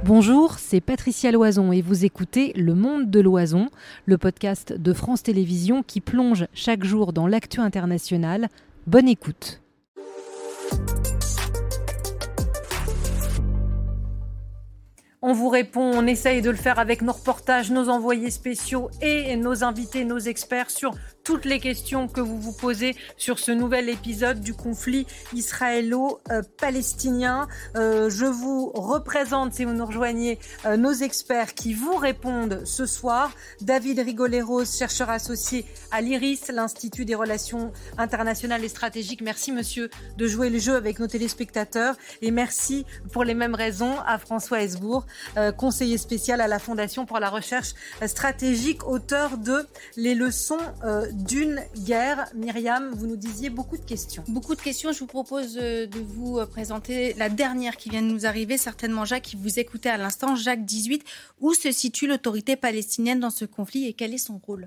Bonjour, c'est Patricia Loison et vous écoutez Le Monde de l'Oison, le podcast de France Télévisions qui plonge chaque jour dans l'actu internationale. Bonne écoute. On vous répond, on essaye de le faire avec nos reportages, nos envoyés spéciaux et nos invités, nos experts sur toutes les questions que vous vous posez sur ce nouvel épisode du conflit israélo-palestinien. Je vous représente, si vous nous rejoignez, nos experts qui vous répondent ce soir. David Rigoleros, chercheur associé à l'IRIS, l'Institut des relations internationales et stratégiques. Merci monsieur de jouer le jeu avec nos téléspectateurs et merci pour les mêmes raisons à François Hesbourg, conseiller spécial à la Fondation pour la recherche stratégique, auteur de Les leçons d'une guerre. Myriam, vous nous disiez beaucoup de questions. Beaucoup de questions. Je vous propose de vous présenter la dernière qui vient de nous arriver. Certainement Jacques, qui vous écoutait à l'instant. Jacques 18. Où se situe l'autorité palestinienne dans ce conflit et quel est son rôle ?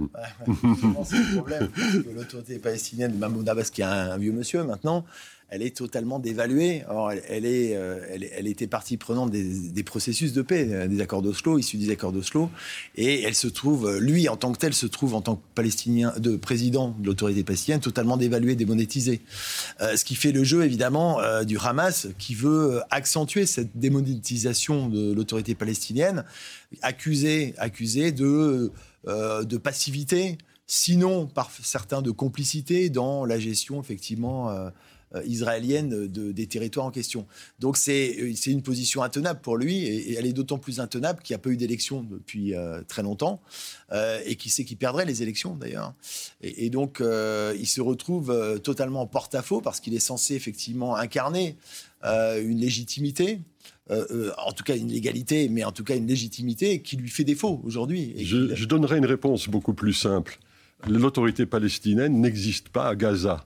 C'est le problème. Parce que l'autorité palestinienne, Mahmoud Abbas, qui est un vieux monsieur maintenant, elle est totalement dévaluée. Or, elle était partie prenante des processus de paix, des accords d'Oslo, issus des accords d'Oslo. Et elle se trouve, lui, en tant que tel, se trouve en tant que Palestinien, de président de l'autorité palestinienne, totalement dévalué, démonétisé. Ce qui fait le jeu, évidemment, du Hamas, qui veut accentuer cette démonétisation de l'autorité palestinienne, accusée de passivité, sinon par certains de complicité dans la gestion, effectivement, israélienne des territoires en question. Donc c'est une position intenable pour lui et elle est d'autant plus intenable qu'il n'y a pas eu d'élection depuis très longtemps et qui sait qu'il perdrait les élections d'ailleurs. Et donc il se retrouve totalement en porte-à-faux parce qu'il est censé effectivement incarner une légitimité, en tout cas une légalité, mais en tout cas une légitimité qui lui fait défaut aujourd'hui. Je donnerai une réponse beaucoup plus simple. L'autorité palestinienne n'existe pas à Gaza.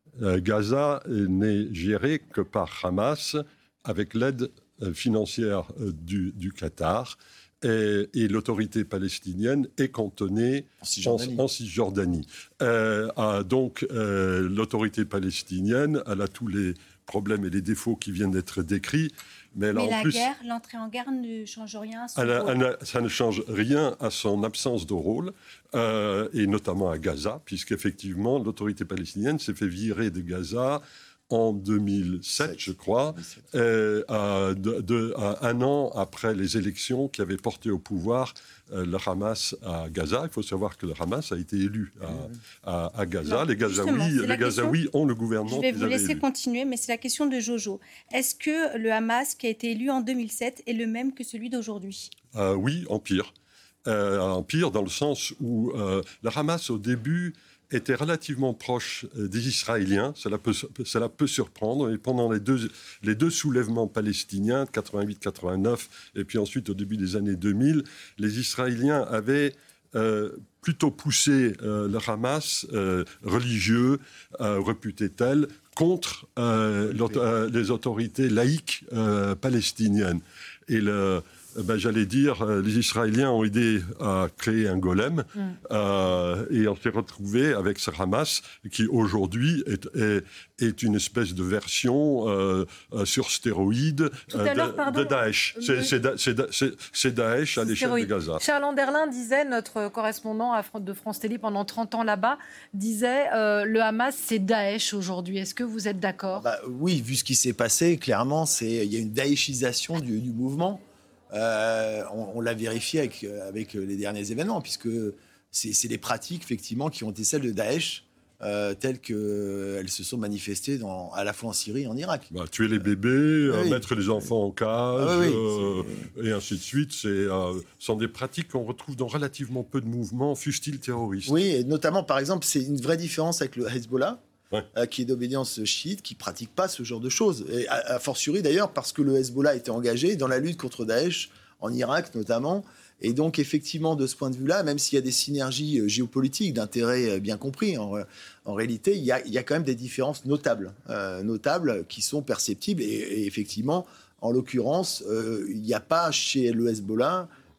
Gaza n'est géré que par Hamas avec l'aide financière du Qatar et l'autorité palestinienne est cantonnée en Cisjordanie. Donc l'autorité palestinienne, elle a tous les problèmes et les défauts qui viennent d'être décrits. Mais l'entrée en guerre ne change rien à son rôle. Ça ne change rien à son absence de rôle, et notamment à Gaza, puisqu'effectivement, l'autorité palestinienne s'est fait virer de Gaza en 2007, je crois, un an après les élections qui avaient porté au pouvoir le Hamas à Gaza. Il faut savoir que le Hamas a été élu à Gaza. Non, les Gazaouis ont le gouvernement. Je vais vous laisser continuer, mais c'est la question de Jojo. Est-ce que le Hamas qui a été élu en 2007 est le même que celui d'aujourd'hui ? Oui, en pire. En pire dans le sens où le Hamas, au début, était relativement proche des Israéliens. Cela peut surprendre. Et pendant les deux soulèvements palestiniens, 88-89, et puis ensuite au début des années 2000, les Israéliens avaient plutôt poussé le Hamas religieux, réputé tel, contre les autorités laïques palestiniennes. Et j'allais dire, les Israéliens ont aidé à créer un golem et on s'est retrouvé avec ce Hamas qui aujourd'hui est une espèce de version sur stéroïdes de Daesh. C'est Daesh à l'échelle de Gaza. Charles Anderlin disait, notre correspondant de France Télé pendant 30 ans là-bas, disait le Hamas c'est Daesh aujourd'hui. Est-ce que vous êtes d'accord ? Oui, vu ce qui s'est passé, clairement, il y a une daeshisation du mouvement. On l'a vérifié avec les derniers événements, puisque c'est les pratiques, effectivement, qui ont été celles de Daesh, telles qu'elles se sont manifestées à la fois en Syrie et en Irak. Tuer les bébés, mettre les enfants en cage, et ainsi de suite. Ce sont des pratiques qu'on retrouve dans relativement peu de mouvements, fussent-ils terroristes. Oui, et notamment, par exemple, c'est une vraie différence avec le Hezbollah, qui est d'obédience chiite, qui ne pratique pas ce genre de choses. Et a fortiori d'ailleurs parce que le Hezbollah était engagé dans la lutte contre Daesh, en Irak notamment. Et donc effectivement, de ce point de vue-là, même s'il y a des synergies géopolitiques d'intérêt bien compris, en réalité, il y a quand même des différences notables qui sont perceptibles. Et effectivement, en l'occurrence, il n'y a pas chez le Hezbollah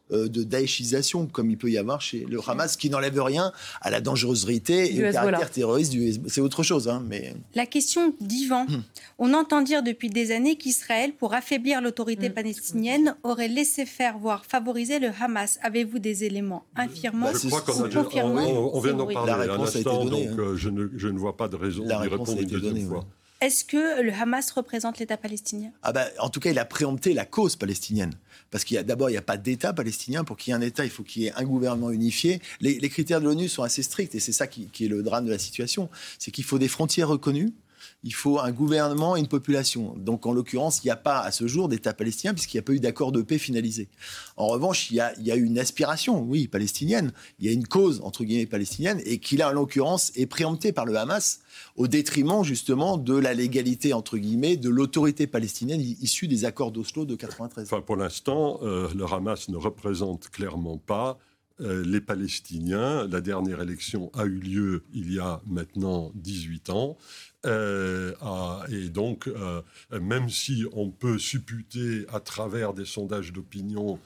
de daéchisation, comme il peut y avoir chez le Hamas, qui n'enlève rien à la dangerosité et au caractère terroriste du Hezbollah. C'est autre chose. Mais... La question d'Yvan. On entend dire depuis des années qu'Israël, pour affaiblir l'autorité palestinienne, aurait laissé faire, voire favorisé le Hamas. Avez-vous des éléments infirmants Je crois qu'on vient d'en parler à l'instant, donc je ne vois pas de raison d'y répondre une deuxième fois. Est-ce que le Hamas représente l'État palestinien ? En tout cas, il a préempté la cause palestinienne. Parce qu'il n'y a pas d'État palestinien. Pour qu'il y ait un État, il faut qu'il y ait un gouvernement unifié. Les critères de l'ONU sont assez stricts et c'est ça qui est le drame de la situation. C'est qu'il faut des frontières reconnues. Il faut un gouvernement et une population. Donc, en l'occurrence, il n'y a pas, à ce jour, d'État palestinien, puisqu'il n'y a pas eu d'accord de paix finalisé. En revanche, il y a une aspiration, oui, palestinienne. Il y a une cause, entre guillemets, palestinienne, et qui, là, en l'occurrence, est préemptée par le Hamas, au détriment, justement, de la légalité, entre guillemets, de l'autorité palestinienne issue des accords d'Oslo de 1993. Enfin, pour l'instant, le Hamas ne représente clairement pas les Palestiniens. La dernière élection a eu lieu il y a maintenant 18 ans. Et donc, même si on peut supputer à travers des sondages d'opinion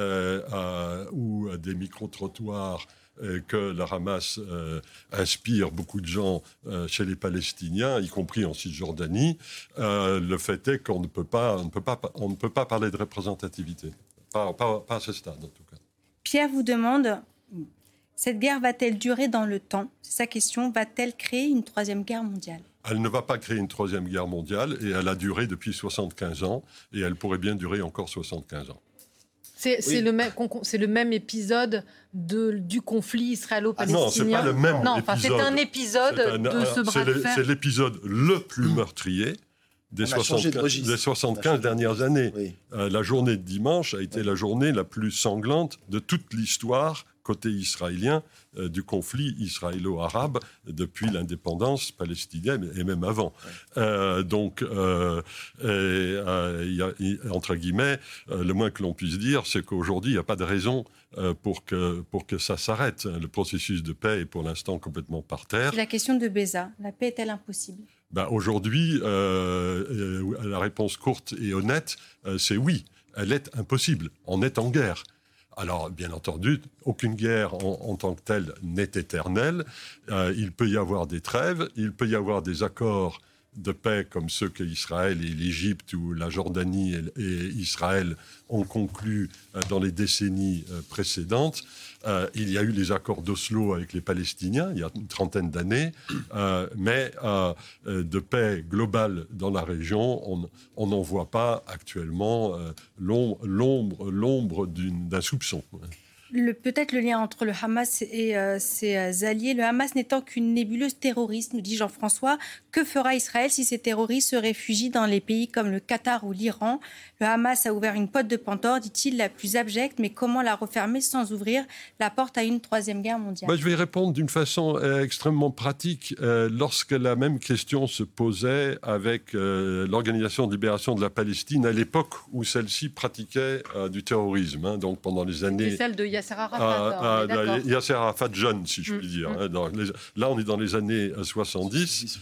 ou des micro-trottoirs que le Hamas inspire beaucoup de gens chez les Palestiniens, y compris en Cisjordanie, le fait est qu'on ne peut pas parler de représentativité. Pas à ce stade, en tout cas. Pierre vous demande, cette guerre va-t-elle durer dans le temps ? C'est sa question. Va-t-elle créer une troisième guerre mondiale ? Elle ne va pas créer une troisième guerre mondiale et elle a duré depuis 75 ans et elle pourrait bien durer encore 75 ans. C'est le même épisode du conflit israélo-palestinien. Non, c'est pas le même épisode. C'est un épisode de ce bras de fer. C'est l'épisode le plus meurtrier des 75 dernières années. Oui. La journée de dimanche a été la journée la plus sanglante de toute l'histoire côté israélien du conflit israélo-arabe depuis l'indépendance palestinienne et même avant. Donc, entre guillemets, le moins que l'on puisse dire, c'est qu'aujourd'hui, il n'y a pas de raison pour que ça s'arrête. Le processus de paix est pour l'instant complètement par terre. C'est la question de Béza. La paix est-elle impossible ? Aujourd'hui, la réponse courte et honnête, c'est oui. Elle est impossible. On est en guerre. Alors, bien entendu, aucune guerre en tant que telle n'est éternelle. Il peut y avoir des trêves, il peut y avoir des accords de paix comme ceux qu'Israël et l'Égypte ou la Jordanie et Israël ont conclus dans les décennies précédentes. Il y a eu les accords d'Oslo avec les Palestiniens il y a une trentaine d'années, mais de paix globale dans la région, on n'en voit pas actuellement l'ombre d'un soupçon. Peut-être le lien entre le Hamas et ses alliés. Le Hamas n'étant qu'une nébuleuse terroriste, nous dit Jean-François. Que fera Israël si ces terroristes se réfugient dans les pays comme le Qatar ou l'Iran ? Le Hamas a ouvert une boîte de Pandore, dit-il, la plus abjecte, mais comment la refermer sans ouvrir la porte à une troisième guerre mondiale ? Je vais répondre d'une façon extrêmement pratique. Lorsque la même question se posait avec l'Organisation de libération de la Palestine, à l'époque où celle-ci pratiquait du terrorisme, donc pendant les années... C'est celle de Yasser Arafat. Yasser Arafat jeune, si je puis dire. Là, on est dans les années 70.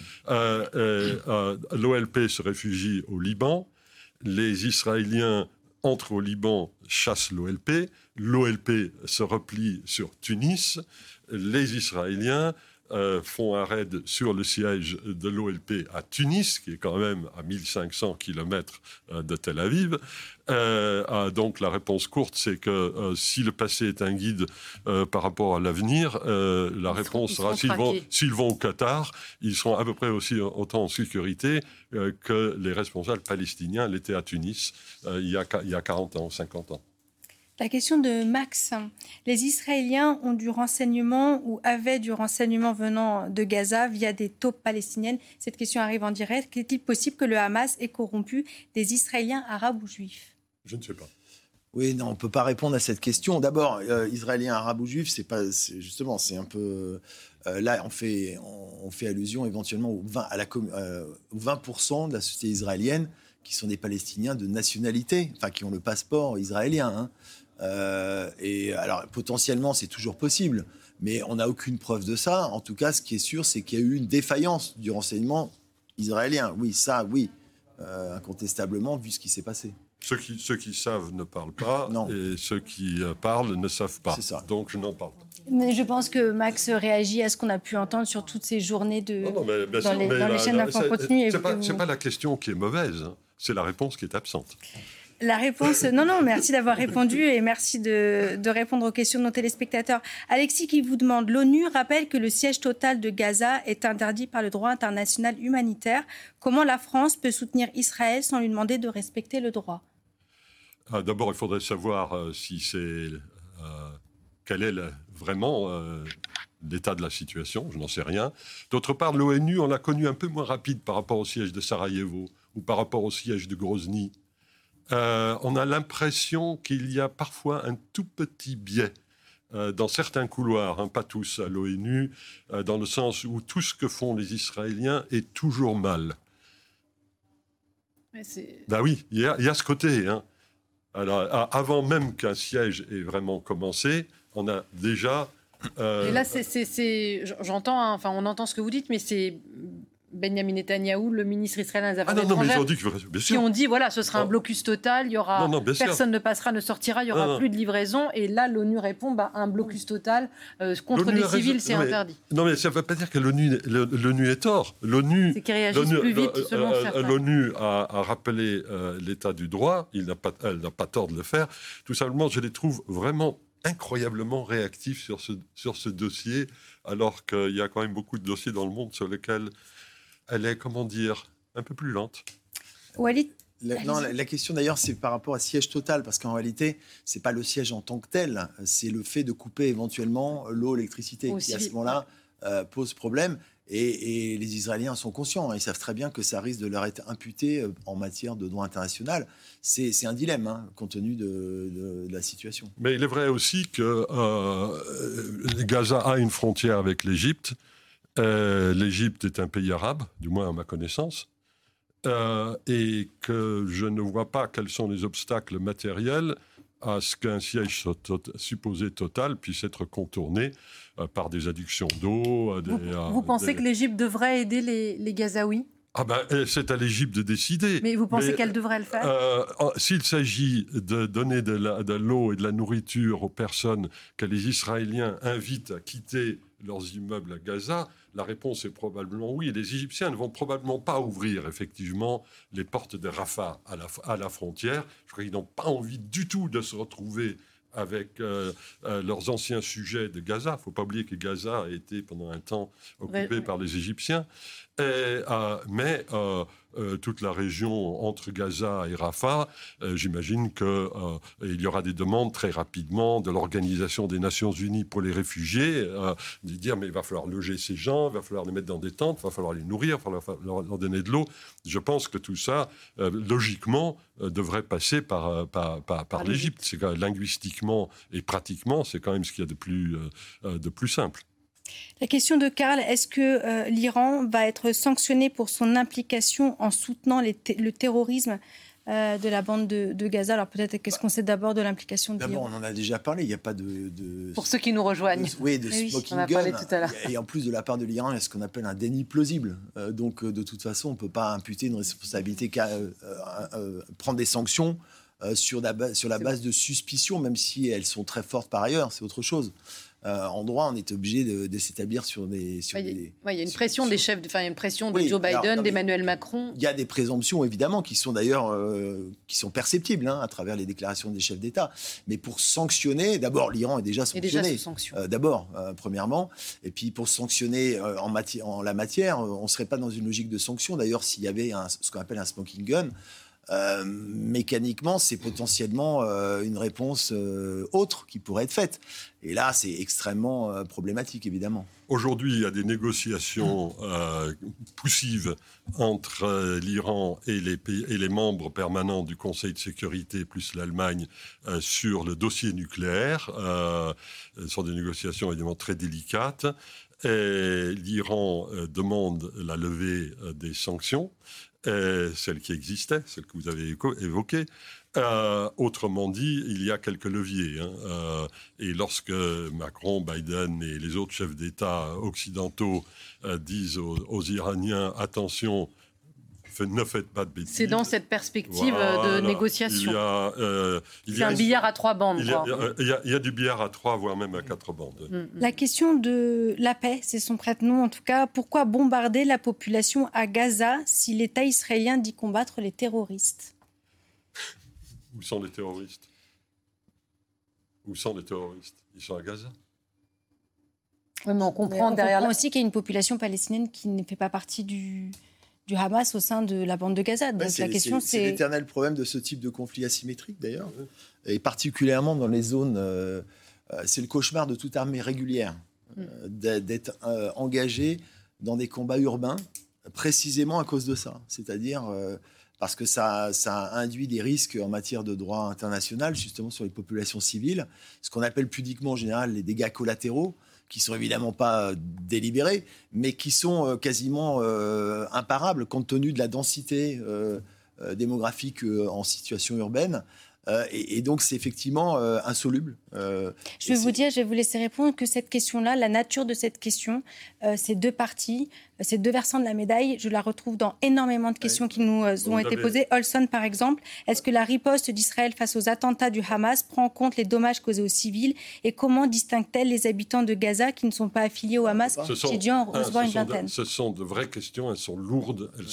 L'OLP se réfugie au Liban. Les Israéliens entrent au Liban, chassent l'OLP. L'OLP se replie sur Tunis. Les Israéliens font un raid sur le siège de l'OLP à Tunis, qui est quand même à 1500 km de Tel Aviv. Donc la réponse courte, c'est que si le passé est un guide par rapport à l'avenir, la réponse sera s'ils vont au Qatar, ils seront à peu près autant en sécurité que les responsables palestiniens l'étaient à Tunis il y a 40 ans, 50 ans. La question de Max. Les Israéliens ont du renseignement ou avaient du renseignement venant de Gaza via des taupes palestiniennes. Cette question arrive en direct. Est-il possible que le Hamas ait corrompu des Israéliens arabes ou juifs ? Je ne sais pas. Oui, non, on ne peut pas répondre à cette question. D'abord, Israéliens, arabes ou juifs, c'est un peu... là, on fait allusion éventuellement aux 20% de la société israélienne qui sont des Palestiniens de nationalité, enfin qui ont le passeport israélien. Et alors, potentiellement, c'est toujours possible, mais on n'a aucune preuve de ça. En tout cas, ce qui est sûr, c'est qu'il y a eu une défaillance du renseignement israélien. Oui, ça, oui, incontestablement, vu ce qui s'est passé. Ceux qui savent ne parlent pas, Non. et ceux qui parlent ne savent pas. C'est ça. Donc je n'en parle pas. Mais je pense que Max réagit à ce qu'on a pu entendre sur toutes ces journées dans les chaînes d'infos continue. C'est pas la question qui est mauvaise, hein. C'est la réponse qui est absente. La réponse, non, merci d'avoir répondu et merci de répondre aux questions de nos téléspectateurs. Alexis qui vous demande, l'ONU rappelle que le siège total de Gaza est interdit par le droit international humanitaire. Comment la France peut soutenir Israël sans lui demander de respecter le droit ? D'abord, il faudrait savoir quel est vraiment l'état de la situation. Je n'en sais rien. D'autre part, l'ONU, on l'a connu un peu moins rapide par rapport au siège de Sarajevo ou par rapport au siège de Grozny. On a l'impression qu'il y a parfois un tout petit biais dans certains couloirs, hein, pas tous à l'ONU, dans le sens où tout ce que font les Israéliens est toujours mal. Ben oui, il y a ce côté. Hein. Alors, avant même qu'un siège ait vraiment commencé, on a déjà... Et là, j'entends, hein, enfin, on entend ce que vous dites, mais c'est Benjamin Netanyahou, le ministre israélien des Affaires étrangères, mais ils ont dit que, bien sûr. qui ont dit, voilà, ce sera un blocus total, il y aura, personne ne passera, ne sortira, il y aura plus de livraison. Et là, l'ONU répond, un blocus total contre les civils, c'est interdit. Non, mais ça ne veut pas dire que l'ONU est tort. C'est qu'ils réagissent plus vite, selon certains. L'ONU a rappelé l'état du droit, elle n'a pas tort de le faire. Tout simplement, je les trouve vraiment incroyablement réactifs sur ce dossier, alors qu'il y a quand même beaucoup de dossiers dans le monde sur lesquels elle est, comment dire, un peu plus lente. Walid, la question d'ailleurs, c'est par rapport à siège total, parce qu'en réalité, c'est pas le siège en tant que tel, c'est le fait de couper éventuellement l'eau, l'électricité, qui à ce moment-là pose problème. Et les Israéliens sont conscients, ils savent très bien que ça risque de leur être imputé en matière de droit international. C'est un dilemme, hein, compte tenu de la situation. Mais il est vrai aussi que Gaza a une frontière avec l'Égypte. L'Égypte est un pays arabe, du moins à ma connaissance, et que je ne vois pas quels sont les obstacles matériels à ce qu'un siège supposé total puisse être contourné par des adductions d'eau. Vous pensez que l'Égypte devrait aider les Gazaouis ? C'est à l'Égypte de décider. Mais vous pensez qu'elle devrait le faire ? S'il s'agit de donner de l'eau et de la nourriture aux personnes que les Israéliens invitent à quitter leurs immeubles à Gaza, la réponse est probablement oui. Et les Égyptiens ne vont probablement pas ouvrir effectivement les portes de Rafah à la frontière. Je crois qu'ils n'ont pas envie du tout de se retrouver avec leurs anciens sujets de Gaza. Il ne faut pas oublier que Gaza a été pendant un temps occupé par les Égyptiens. Mais toute la région entre Gaza et Rafah, j'imagine qu'il y aura des demandes très rapidement de l'Organisation des Nations Unies pour les réfugiés, de dire mais il va falloir loger ces gens, il va falloir les mettre dans des tentes, il va falloir les nourrir, il va falloir leur donner de l'eau. Je pense que tout ça, logiquement, devrait passer par l'Égypte. C'est linguistiquement et pratiquement, c'est quand même ce qu'il y a de plus simple. La question de Karl, est-ce que l'Iran va être sanctionné pour son implication en soutenant le terrorisme de la bande de Gaza ? Alors peut-être, qu'est-ce qu'on sait d'abord de l'implication de l'Iran ? D'abord, on en a déjà parlé, il n'y a pas de... Pour ceux qui nous rejoignent. Smoking gun. Tout à l'heure. Et en plus, de la part de l'Iran, il y a ce qu'on appelle un déni plausible. Donc, de toute façon, on ne peut pas imputer une responsabilité prendre des sanctions sur la base de suspicions, même si elles sont très fortes par ailleurs, c'est autre chose. En droit, on est obligé de s'établir sur des... Il y a une pression des chefs, une pression de Joe Biden, d'Emmanuel Macron. Il y a des présomptions, évidemment, qui sont d'ailleurs qui sont perceptibles à travers les déclarations des chefs d'État. Mais pour sanctionner, d'abord, l'Iran est déjà sanctionné. D'abord, premièrement. Et puis, pour sanctionner en la matière, on ne serait pas dans une logique de sanction. D'ailleurs, s'il y avait ce qu'on appelle un smoking gun, mécaniquement, c'est potentiellement une réponse autre qui pourrait être faite. Et là, c'est extrêmement problématique, évidemment. Aujourd'hui, il y a des négociations poussives entre l'Iran et les membres permanents du Conseil de sécurité, plus l'Allemagne, sur le dossier nucléaire. Ce sont des négociations évidemment très délicates. Et l'Iran demande la levée des sanctions. Celle qui existait, celle que vous avez évoquée. Autrement dit, il y a quelques leviers. Et lorsque Macron, Biden et les autres chefs d'État occidentaux disent aux Iraniens « attention, ne faites pas de bêtises. C'est dans cette perspective de négociation. C'est un billard à 3 bandes. Il y a du billard à 3, voire même à 4 bandes. La question de la paix, c'est son prête-nom en tout cas. Pourquoi bombarder la population à Gaza si l'État israélien dit combattre les terroristes ? Où sont les terroristes ? Ils sont à Gaza. Oui, mais on comprend aussi qu'il y a une population palestinienne qui ne fait pas partie du Hamas au sein de la bande de Gaza. Donc c'est l'éternel problème de ce type de conflit asymétrique, d'ailleurs. Et particulièrement dans les zones... c'est le cauchemar de toute armée régulière, d'être engagée dans des combats urbains, précisément à cause de ça. C'est-à-dire... parce que ça induit des risques en matière de droit international, justement sur les populations civiles, ce qu'on appelle pudiquement en général les dégâts collatéraux, qui ne sont évidemment pas délibérés, mais qui sont quasiment imparables compte tenu de la densité démographique en situation urbaine. Et donc, c'est effectivement insoluble. Je vais vous laisser répondre que cette question-là, la nature de cette question, ces deux parties, ces deux versants de la médaille, je la retrouve dans énormément de questions qui nous ont été posées. Olson, par exemple, est-ce que la riposte d'Israël face aux attentats du Hamas prend en compte les dommages causés aux civils et comment distingue-t-elle les habitants de Gaza qui ne sont pas affiliés au Hamas ? J'ai dû en recevoir une vingtaine. Ce sont de vraies questions, elles sont lourdes, elles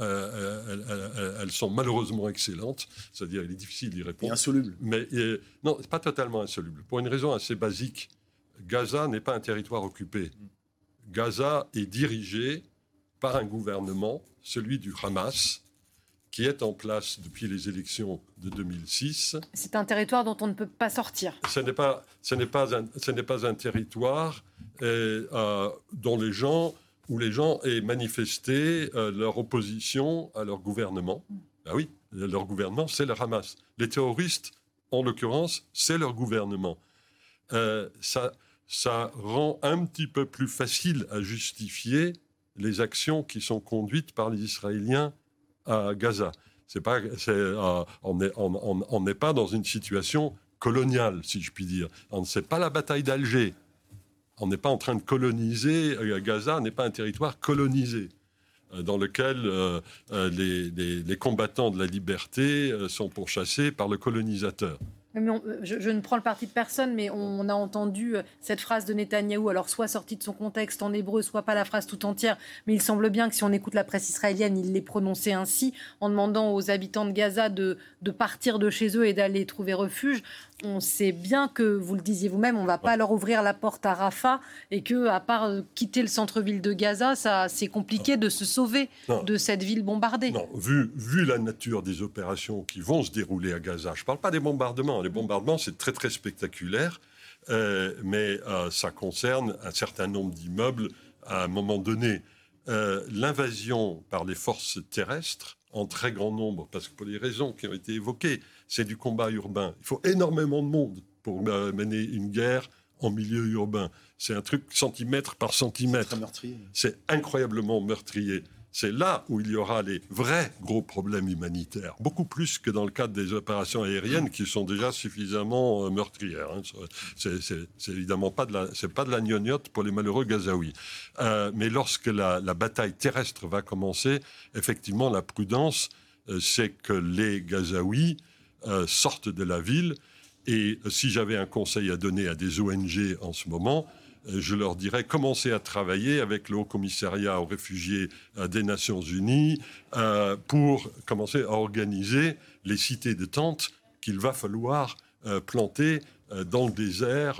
sont malheureusement excellentes, c'est-à-dire il est difficile d'y répondre. Insoluble. Mais non, c'est pas totalement insoluble. Pour une raison assez basique, Gaza n'est pas un territoire occupé. Gaza est dirigé par un gouvernement, celui du Hamas, qui est en place depuis les élections de 2006. C'est un territoire dont on ne peut pas sortir. Ce n'est pas un territoire où les gens aient manifesté leur opposition à leur gouvernement. Ah oui, leur gouvernement, c'est le Hamas. Les terroristes, en l'occurrence, c'est leur gouvernement. Ça rend un petit peu plus facile à justifier les actions qui sont conduites par les Israéliens à Gaza. On n'est pas dans une situation coloniale, si je puis dire. C'est pas la bataille d'Alger. On n'est pas en train de coloniser. Gaza n'est pas un territoire colonisé dans lequel les combattants de la liberté sont pourchassés par le colonisateur. Mais je ne prends le parti de personne, mais on a entendu cette phrase de Netanyahou, alors soit sortie de son contexte en hébreu, soit pas la phrase tout entière, mais il semble bien que si on écoute la presse israélienne, il l'ait prononcée ainsi, en demandant aux habitants de Gaza de partir de chez eux et d'aller trouver refuge. On sait bien que, vous le disiez vous-même, on ne va pas leur ouvrir la porte à Rafah et qu'à part quitter le centre-ville de Gaza, c'est compliqué de se sauver de cette ville bombardée. Non, vu la nature des opérations qui vont se dérouler à Gaza, je ne parle pas des bombardements. Les bombardements, c'est très, très spectaculaire, mais ça concerne un certain nombre d'immeubles à un moment donné. L'invasion par les forces terrestres, en très grand nombre, parce que pour les raisons qui ont été évoquées, c'est du combat urbain. Il faut énormément de monde pour mener une guerre en milieu urbain. C'est un truc centimètre par centimètre. C'est meurtrier. C'est incroyablement meurtrier. C'est là où il y aura les vrais gros problèmes humanitaires, beaucoup plus que dans le cadre des opérations aériennes qui sont déjà suffisamment meurtrières. C'est évidemment pas de la gnognotte pour les malheureux Gazaouis. Mais lorsque la bataille terrestre va commencer, effectivement, la prudence, c'est que les Gazaouis sortent de la ville. Et si j'avais un conseil à donner à des ONG en ce moment, je leur dirais commencez à travailler avec le Haut-Commissariat aux réfugiés des Nations Unies pour commencer à organiser les cités de tentes qu'il va falloir planter dans le désert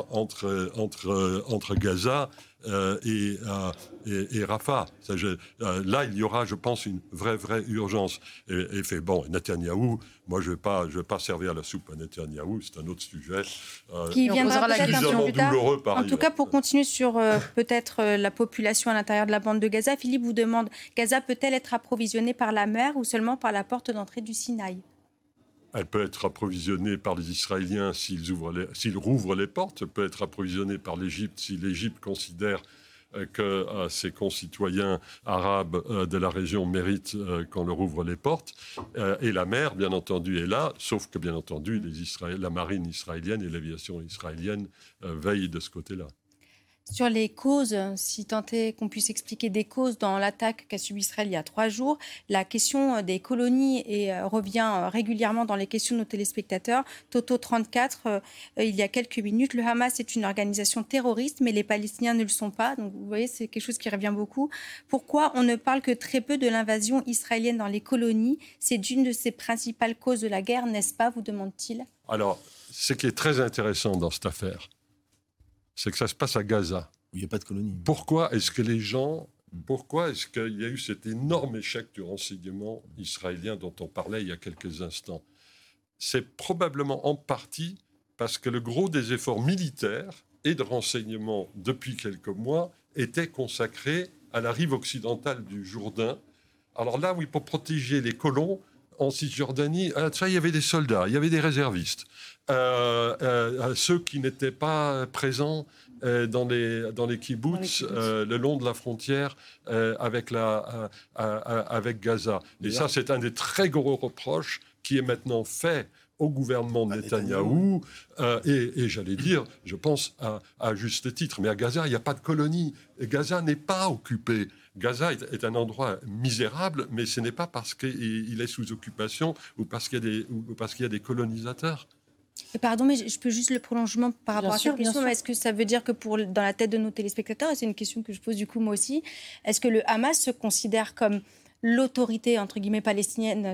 entre Gaza et Rafah. Là, il y aura, je pense, une vraie urgence. Et Netanyahou, moi, je vais pas servir la soupe à Netanyahou, c'est un autre sujet. Qui viendra peut-être un peu plus tard. En tout cas, pour continuer sur peut-être la population à l'intérieur de la bande de Gaza, Philippe vous demande, Gaza peut-elle être approvisionnée par la mer ou seulement par la porte d'entrée du Sinaï ? Elle peut être approvisionnée par les Israéliens s'ils rouvrent les portes. Elle peut être approvisionnée par l'Égypte si l'Égypte considère que ses concitoyens arabes de la région méritent qu'on leur ouvre les portes. Et la mer, bien entendu, est là, sauf que, bien entendu, la marine israélienne et l'aviation israélienne veillent de ce côté-là. Sur les causes, si tant est qu'on puisse expliquer des causes dans l'attaque qu'a subie Israël il y a 3 jours, la question des colonies revient régulièrement dans les questions de nos téléspectateurs. Toto 34, il y a quelques minutes, le Hamas est une organisation terroriste, mais les Palestiniens ne le sont pas. Donc vous voyez, c'est quelque chose qui revient beaucoup. Pourquoi on ne parle que très peu de l'invasion israélienne dans les colonies? C'est d'une de ces principales causes de la guerre, n'est-ce pas, vous demande-t-il? Alors, ce qui est très intéressant dans cette affaire, c'est que ça se passe à Gaza. Il n'y a pas de colonie. Pourquoi est-ce qu'il y a eu cet énorme échec du renseignement israélien dont on parlait il y a quelques instants? C'est probablement en partie parce que le gros des efforts militaires et de renseignement depuis quelques mois était consacré à la rive occidentale du Jourdain. Alors là, oui, pour protéger les colons en Cisjordanie, ça, il y avait des soldats, il y avait des réservistes. Ceux qui n'étaient pas présents dans les kibbutz, le long de la frontière avec Gaza. Et ça, c'est un des très gros reproches qui est maintenant fait au gouvernement de Netanyahou, et j'allais dire, je pense à juste titre, mais à Gaza, il n'y a pas de colonie. Gaza n'est pas occupé. Gaza est un endroit misérable, mais ce n'est pas parce qu'il est sous occupation ou parce qu'il y a des colonisateurs. Pardon, mais je peux juste le prolongement par rapport à cette question. Est-ce que ça veut dire que dans la tête de nos téléspectateurs, et c'est une question que je pose du coup moi aussi, est-ce que le Hamas se considère comme l'autorité, entre guillemets, palestinienne,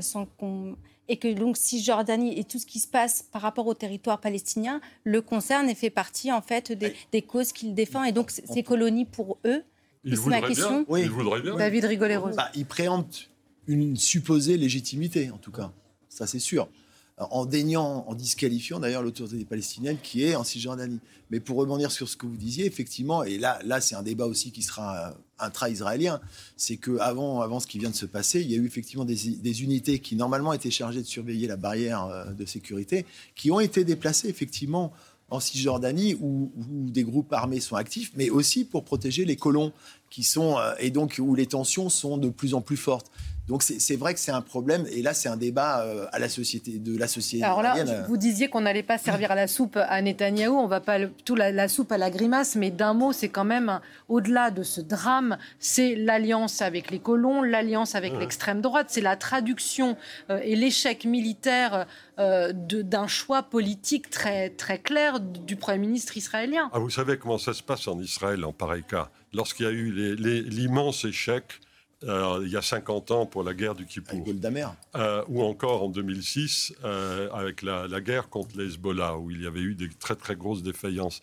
et que donc Cisjordanie et tout ce qui se passe par rapport au territoire palestinien le concerne et fait partie en fait des causes qu'il défend, et donc ces colonies pour eux? Il voudrait bien. Oui. Il voudrait bien. David Rigoleros. Il préempte une supposée légitimité, en tout cas. Ça, c'est sûr. En disqualifiant d'ailleurs l'autorité palestinienne qui est en Cisjordanie. Mais pour rebondir sur ce que vous disiez, effectivement, et là c'est un débat aussi qui sera intra-israélien, c'est qu'avant ce qui vient de se passer, il y a eu effectivement des unités qui normalement étaient chargées de surveiller la barrière de sécurité, qui ont été déplacées effectivement en Cisjordanie où des groupes armés sont actifs, mais aussi pour protéger les colons qui sont, et donc où les tensions sont de plus en plus fortes. Donc c'est vrai que c'est un problème, et là c'est un débat de la société Alors là, iranienne. vous disiez qu'on n'allait pas servir à la soupe à Netanyahou, on va pas la soupe à la grimace, mais d'un mot, c'est quand même, au-delà de ce drame, c'est l'alliance avec les colons, l'alliance avec l'extrême droite, c'est la traduction et l'échec militaire d'un choix politique très, très clair du Premier ministre israélien. Vous savez comment ça se passe en Israël en pareil cas? Lorsqu'il y a eu l'immense échec il y a 50 ans pour la guerre du Kippour. Avec Golda Meir. Ou encore en 2006 avec la guerre contre les Hezbollah, où il y avait eu des très très grosses défaillances.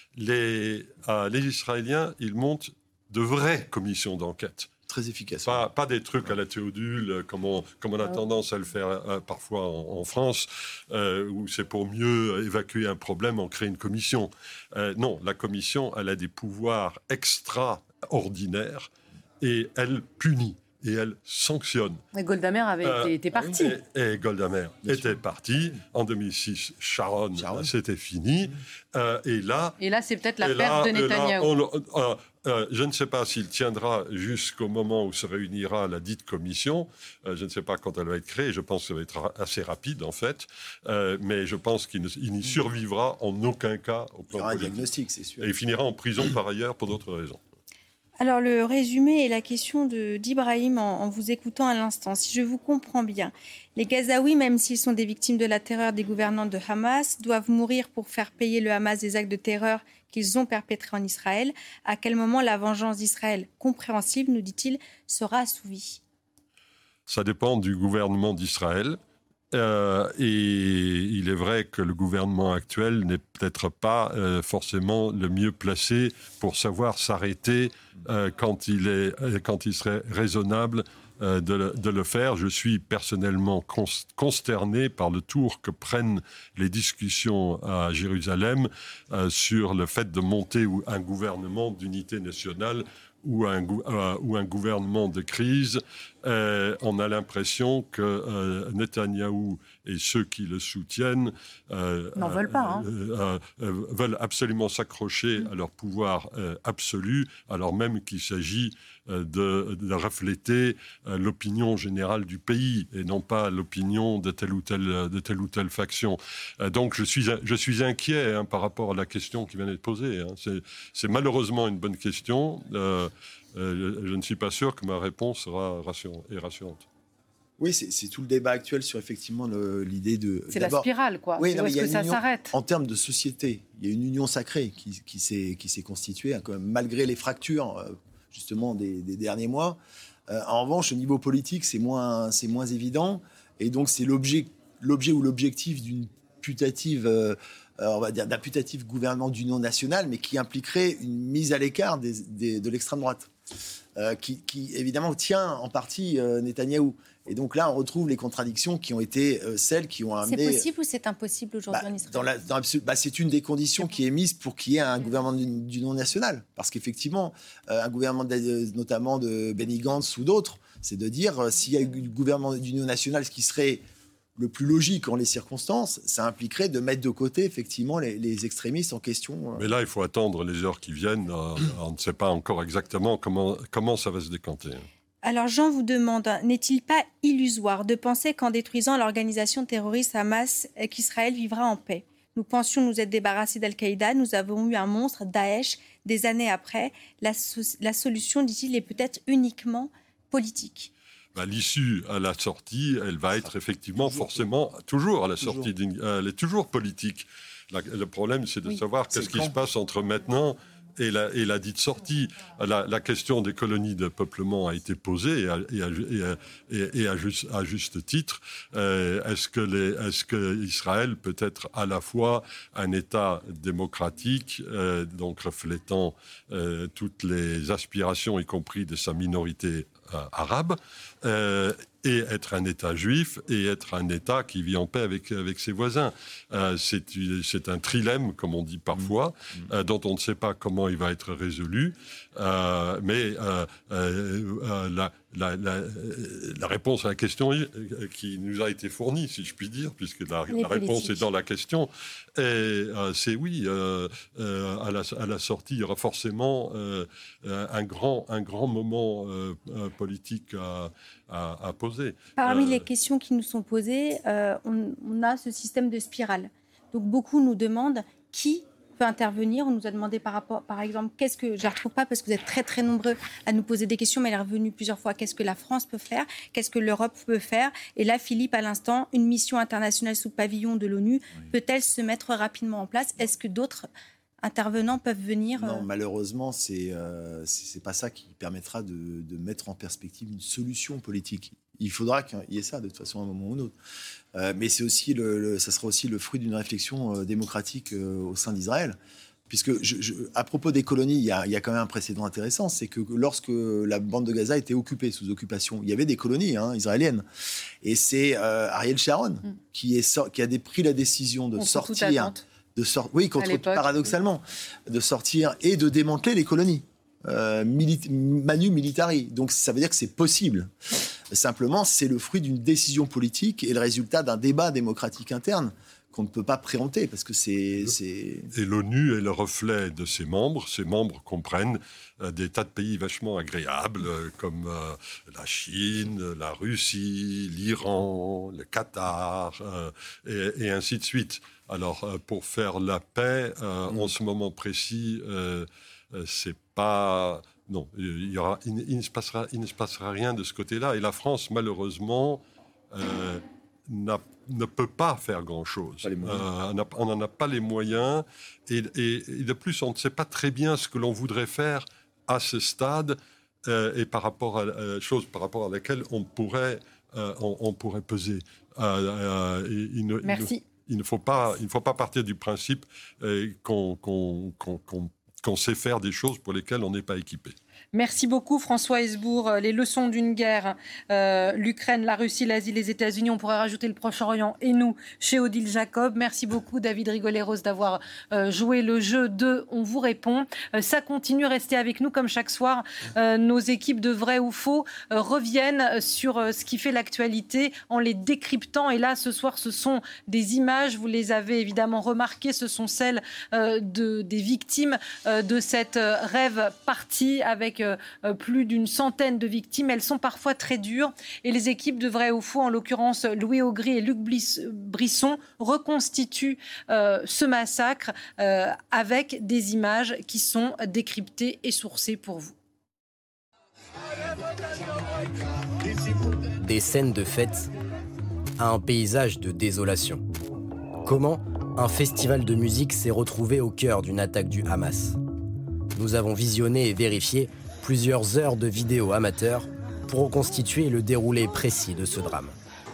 Les Israéliens, ils montent de vraies commissions d'enquête. Très efficace. Pas des trucs à la Théodule, comme on a tendance à le faire parfois en France, où c'est pour mieux évacuer un problème, on crée une commission. Non, la commission, elle a des pouvoirs extraordinaires, et elle punit, et elle sanctionne. Et Golda Meir avait été partie. Et Golda Meir était partie. En 2006, Sharon. C'était fini. Et là, c'est peut-être la perte de Netanyahou. Je ne sais pas s'il tiendra jusqu'au moment où se réunira la dite commission. Je ne sais pas quand elle va être créée. Je pense que ça va être assez rapide, en fait. Mais je pense qu'il n'y survivra en aucun cas au plan politique. Il y aura un diagnostic, c'est sûr. Et il finira en prison, par ailleurs, pour d'autres raisons. Alors, le résumé et la question d'Ibrahim en vous écoutant à l'instant. Si je vous comprends bien, les Gazaouis, même s'ils sont des victimes de la terreur des gouvernants de Hamas, doivent mourir pour faire payer le Hamas des actes de terreur qu'ils ont perpétrés en Israël. À quel moment la vengeance d'Israël, compréhensible, nous dit-il, sera assouvie? Ça dépend du gouvernement d'Israël. Et il est vrai que le gouvernement actuel n'est peut-être pas forcément le mieux placé pour savoir s'arrêter quand il serait raisonnable de le faire. Je suis personnellement consterné par le tour que prennent les discussions à Jérusalem sur le fait de monter un gouvernement d'unité nationale ou un gouvernement de crise on a l'impression que Netanyahou et ceux qui le soutiennent n'en veulent pas. Veulent absolument s'accrocher à leur pouvoir absolu, alors même qu'il s'agit de refléter l'opinion générale du pays et non pas l'opinion de telle ou telle faction. Donc je suis inquiet par rapport à la question qui vient d'être posée. C'est malheureusement une bonne question. Je ne suis pas sûr que ma réponse sera rassurante. Oui, c'est tout le débat actuel sur effectivement l'idée de... C'est la spirale, quoi. Oui, où est-ce que ça s'arrête ? En termes de société, il y a une union sacrée qui s'est constituée, quand même, malgré les fractures, justement, des derniers mois. En revanche, au niveau politique, c'est moins évident. Et donc, c'est l'objet ou l'objectif d'une putative... on va dire d'un putatif gouvernement d'union nationale, mais qui impliquerait une mise à l'écart de l'extrême droite, qui évidemment tient en partie Netanyahou. Et donc là, on retrouve les contradictions qui ont été celles qui ont amené... C'est possible ou c'est impossible aujourd'hui en Israël ? C'est une des conditions qui est mise pour qu'il y ait un gouvernement d'union nationale. Parce qu'effectivement, un gouvernement notamment de Benny Gantz ou d'autres, c'est de dire s'il y a un gouvernement d'union nationale, ce qui serait le plus logique en les circonstances, ça impliquerait de mettre de côté effectivement les extrémistes en question. Mais là, il faut attendre les heures qui viennent. On ne sait pas encore exactement comment ça va se décanter. Alors Jean vous demande, n'est-il pas illusoire de penser qu'en détruisant l'organisation terroriste Hamas, qu'Israël vivra en paix ? Nous pensions nous être débarrassés d'Al-Qaïda, nous avons eu un monstre, Daesh, des années après. La solution, dit-il, est peut-être uniquement politique. L'issue à la sortie, elle va être effectivement forcément toujours à la sortie, elle est toujours politique. Le problème, c'est de savoir qu'est-ce qui se passe entre maintenant et la dite sortie. La question des colonies de peuplement a été posée et à juste titre. Est-ce que Israël peut être à la fois un État démocratique, donc reflétant toutes les aspirations, y compris de sa minorité arabe, et être un État juif et être un État qui vit en paix avec ses voisins. C'est un trilemme, comme on dit parfois, dont on ne sait pas comment il va être résolu, mais la réponse à la question qui nous a été fournie, si je puis dire, puisque la réponse est dans la question, c'est oui, à la sortie, il y aura forcément un grand moment politique à poser. Parmi les questions qui nous sont posées, on a ce système de spirale. Donc beaucoup nous demandent qui peut intervenir. On nous a demandé par exemple, je ne la retrouve pas parce que vous êtes très très nombreux à nous poser des questions, mais elle est revenue plusieurs fois. Qu'est-ce que la France peut faire ? Qu'est-ce que l'Europe peut faire ? Et là, Philippe, à l'instant, une mission internationale sous pavillon de l'ONU, peut-elle se mettre rapidement en place ? Est-ce que d'autres intervenants peuvent venir Non, malheureusement, c'est pas ça qui permettra de mettre en perspective une solution politique. Il faudra qu'il y ait ça, de toute façon, à un moment ou un autre. Mais c'est aussi ça sera aussi le fruit d'une réflexion démocratique au sein d'Israël. Puisque, à propos des colonies, il y a quand même un précédent intéressant, c'est que lorsque la bande de Gaza était occupée, sous occupation, il y avait des colonies israéliennes. Et c'est Ariel Sharon qui a pris la décision de sortir... paradoxalement, de sortir et de démanteler les colonies. Manu militari. Donc ça veut dire que c'est possible. Simplement, c'est le fruit d'une décision politique et le résultat d'un débat démocratique interne qu'on ne peut pas préempter parce que c'est... Et l'ONU est le reflet de ses membres. Ses membres comprennent des tas de pays vachement agréables comme la Chine, la Russie, l'Iran, le Qatar et ainsi de suite. Alors, pour faire la paix, en ce moment précis, c'est pas... Non, il ne se passera rien de ce côté-là. Et la France, malheureusement, ne peut pas faire grand-chose. On n'en a pas les moyens. Et de plus, on ne sait pas très bien ce que l'on voudrait faire à ce stade et par rapport à laquelle on pourrait peser. Merci. Il ne faut pas partir du principe qu'on sait faire des choses pour lesquelles on n'est pas équipé. Merci beaucoup François Hesbourg. Les leçons d'une guerre, l'Ukraine, la Russie, l'Asie, les États-Unis, on pourrait rajouter le Proche-Orient et nous chez Odile Jacob. Merci beaucoup David Rigoleros d'avoir joué le jeu de On vous répond. Ça continue, restez avec nous comme chaque soir. Nos équipes de Vrai ou Faux reviennent sur ce qui fait l'actualité en les décryptant. Et là, ce soir, ce sont des images, vous les avez évidemment remarquées, ce sont celles des victimes de cette rêve partie avec plus d'une centaine de victimes. Elles sont parfois très dures et les équipes de Vrai ou Faux, en l'occurrence Louis Augry et Luc Brisson, reconstituent ce massacre avec des images qui sont décryptées et sourcées pour vous. Des scènes de fête à un paysage de désolation. Comment un festival de musique s'est retrouvé au cœur d'une attaque du Hamas? Nous avons visionné et vérifié plusieurs heures de vidéos amateurs pour reconstituer le déroulé précis de ce drame.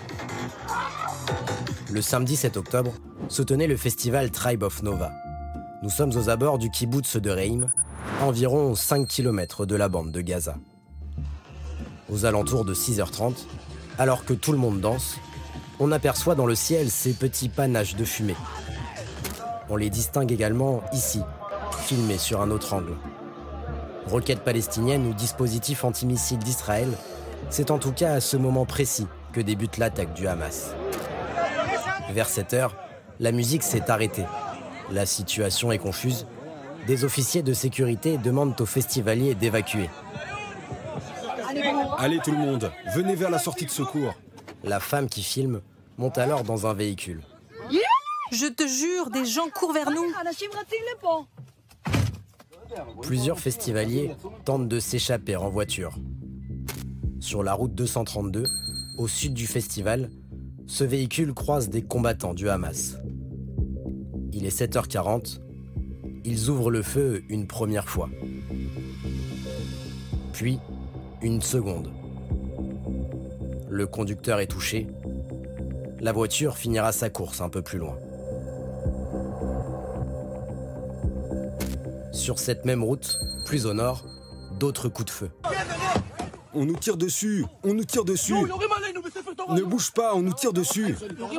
Le samedi 7 octobre se tenait le festival Tribe of Nova. Nous sommes aux abords du kibboutz de Reim, à environ 5 km de la bande de Gaza. Aux alentours de 6h30, alors que tout le monde danse, on aperçoit dans le ciel ces petits panaches de fumée. On les distingue également ici, filmés sur un autre angle. Roquette palestinienne ou dispositif antimissile d'Israël, c'est en tout cas à ce moment précis que débute l'attaque du Hamas. Vers 7h, la musique s'est arrêtée. La situation est confuse. Des officiers de sécurité demandent aux festivaliers d'évacuer. Allez tout le monde, venez vers la sortie de secours. La femme qui filme monte alors dans un véhicule. Je te jure, des gens courent vers nous. Plusieurs festivaliers tentent de s'échapper en voiture. Sur la route 232, au sud du festival, ce véhicule croise des combattants du Hamas. Il est 7h40. Ils ouvrent le feu une première fois. Puis, une seconde. Le conducteur est touché. La voiture finira sa course un peu plus loin. Sur cette même route, plus au nord, d'autres coups de feu. On nous tire dessus, on nous tire dessus. Ne bouge pas, on nous tire dessus.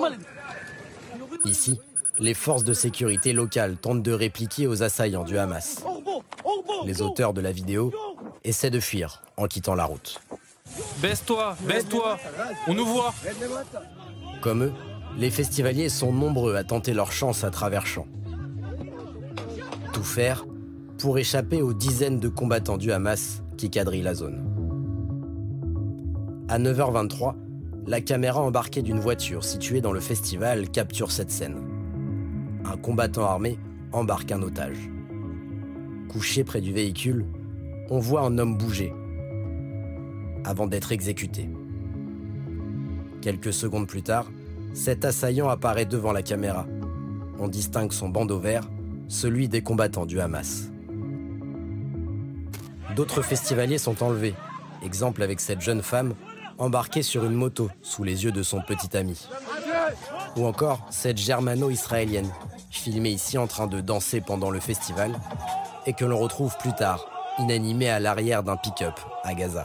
Ici, les forces de sécurité locales tentent de répliquer aux assaillants du Hamas. Les auteurs de la vidéo essaient de fuir en quittant la route. Baisse-toi, on nous voit. Comme eux, les festivaliers sont nombreux à tenter leur chance à travers champs. Tout faire pour échapper aux dizaines de combattants du Hamas qui quadrillent la zone. À 9h23, la caméra embarquée d'une voiture située dans le festival capture cette scène. Un combattant armé embarque un otage. Couché près du véhicule, on voit un homme bouger avant d'être exécuté. Quelques secondes plus tard, cet assaillant apparaît devant la caméra. On distingue son bandeau vert, celui des combattants du Hamas. D'autres festivaliers sont enlevés. Exemple avec cette jeune femme embarquée sur une moto sous les yeux de son petit ami. Ou encore cette germano-israélienne, filmée ici en train de danser pendant le festival et que l'on retrouve plus tard, inanimée à l'arrière d'un pick-up à Gaza.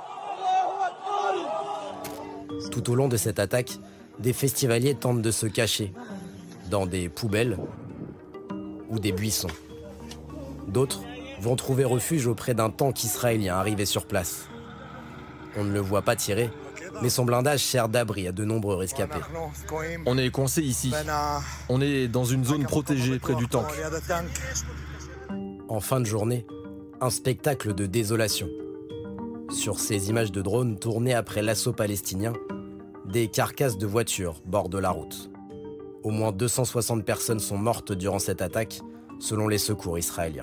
Tout au long de cette attaque, des festivaliers tentent de se cacher dans des poubelles ou des buissons. D'autres vont trouver refuge auprès d'un tank israélien arrivé sur place. On ne le voit pas tirer, mais son blindage sert d'abri à de nombreux rescapés. On est coincé ici. On est dans une zone protégée près du tank. En fin de journée, un spectacle de désolation. Sur ces images de drones tournées après l'assaut palestinien, des carcasses de voitures bordent la route. Au moins 260 personnes sont mortes durant cette attaque, selon les secours israéliens.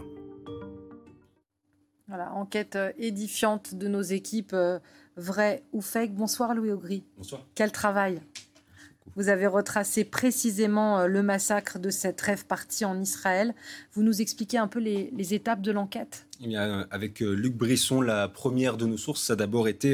Voilà, enquête édifiante de nos équipes, vrai ou fake. Bonsoir Louis Augry. Bonsoir. Quel travail. Vous avez retracé précisément le massacre de cette rave party en Israël. Vous nous expliquez un peu les étapes de l'enquête ? Eh bien, avec Luc Brisson, la première de nos sources, ça a d'abord été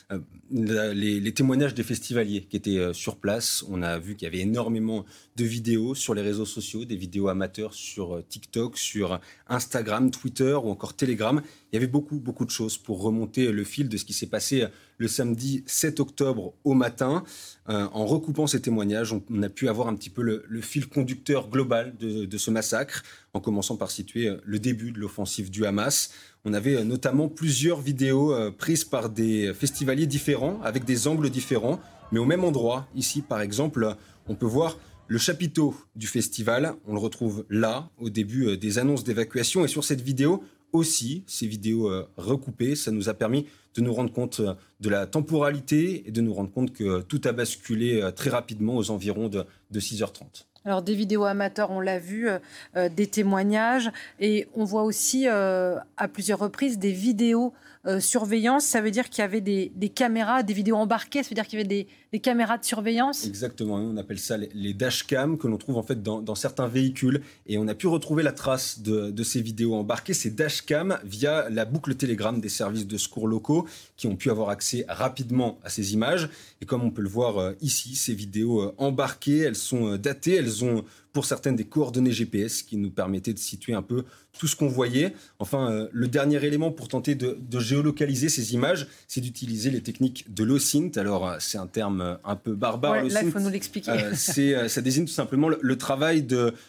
les témoignages des festivaliers qui étaient sur place. On a vu qu'il y avait énormément de vidéos sur les réseaux sociaux, des vidéos amateurs sur TikTok, sur Instagram, Twitter ou encore Telegram. Il y avait beaucoup de choses pour remonter le fil de ce qui s'est passé le samedi 7 octobre au matin. En recoupant ces témoignages, on a pu avoir un petit peu le fil conducteur global de ce massacre, en commençant par situer le début de l'offensive du Hamas. On avait notamment plusieurs vidéos prises par des festivaliers différents, avec des angles différents, mais au même endroit. Ici, par exemple, on peut voir le chapiteau du festival. On le retrouve là, au début des annonces d'évacuation. Et sur cette vidéo aussi, ces vidéos recoupées, ça nous a permis de nous rendre compte de la temporalité et de nous rendre compte que tout a basculé très rapidement aux environs de 6h30. Alors des vidéos amateurs, on l'a vu, des témoignages, et on voit aussi à plusieurs reprises des vidéos surveillance. Ça veut dire qu'il y avait des caméras, des vidéos embarquées, ça veut dire qu'il y avait des caméras de surveillance. Exactement, on appelle ça les dashcams que l'on trouve en fait dans certains véhicules, et on a pu retrouver la trace de ces vidéos embarquées, ces dashcams, via la boucle Telegram des services de secours locaux qui ont pu avoir accès rapidement à ces images. Et comme on peut le voir ici, ces vidéos embarquées, elles sont datées, elles ont pour certaines des coordonnées GPS qui nous permettaient de situer un peu tout ce qu'on voyait. Enfin, le dernier élément pour tenter de géolocaliser ces images, c'est d'utiliser les techniques de l'OSINT. Alors, c'est un terme un peu barbare. Ouais, là, il faut nous l'expliquer. Ça désigne tout simplement le travail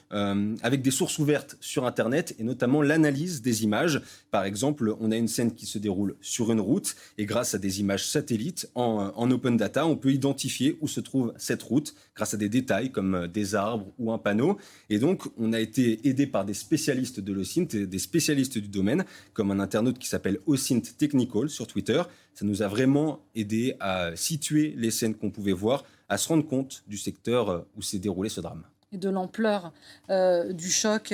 avec des sources ouvertes sur Internet, et notamment l'analyse des images. Par exemple, on a une scène qui se déroule sur une route, et grâce à des images satellites en open data, on peut identifier où se trouve cette route grâce à des détails comme des arbres ou un panneau. Et donc, on a été aidé par des spécialistes de l'OSINT, des spécialistes du domaine, comme un internaute qui s'appelle OSINT Technical sur Twitter. Ça nous a vraiment aidé à situer les scènes qu'on pouvait voir, à se rendre compte du secteur où s'est déroulé ce drame. Et de l'ampleur du choc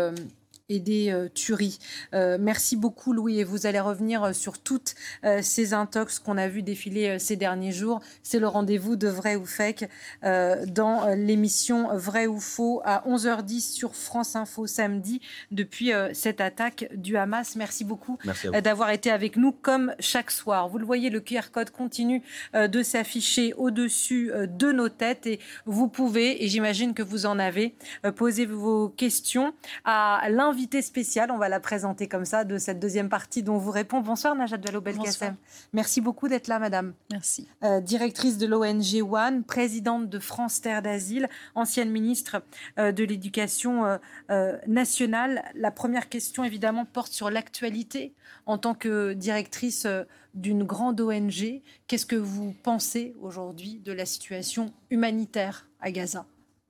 et des tueries. Merci beaucoup, Louis, et vous allez revenir sur toutes ces intox qu'on a vu défiler ces derniers jours. C'est le rendez-vous de Vrai ou Fake dans l'émission Vrai ou Faux à 11h10 sur France Info samedi, depuis cette attaque du Hamas. Merci beaucoup d'avoir été avec nous comme chaque soir. Vous le voyez, le QR code continue de s'afficher au-dessus de nos têtes, et vous pouvez, et j'imagine que vous en avez, poser vos questions à l'invité spéciale, on va la présenter comme ça, de cette deuxième partie dont vous répond. Bonsoir Najat Vallaud-Belkacem. Merci beaucoup d'être là, madame. Merci. Directrice de l'ONG One, présidente de France Terre d'Asile, ancienne ministre de l'Éducation nationale. La première question, évidemment, porte sur l'actualité. En tant que directrice d'une grande ONG, qu'est-ce que vous pensez aujourd'hui de la situation humanitaire à Gaza ?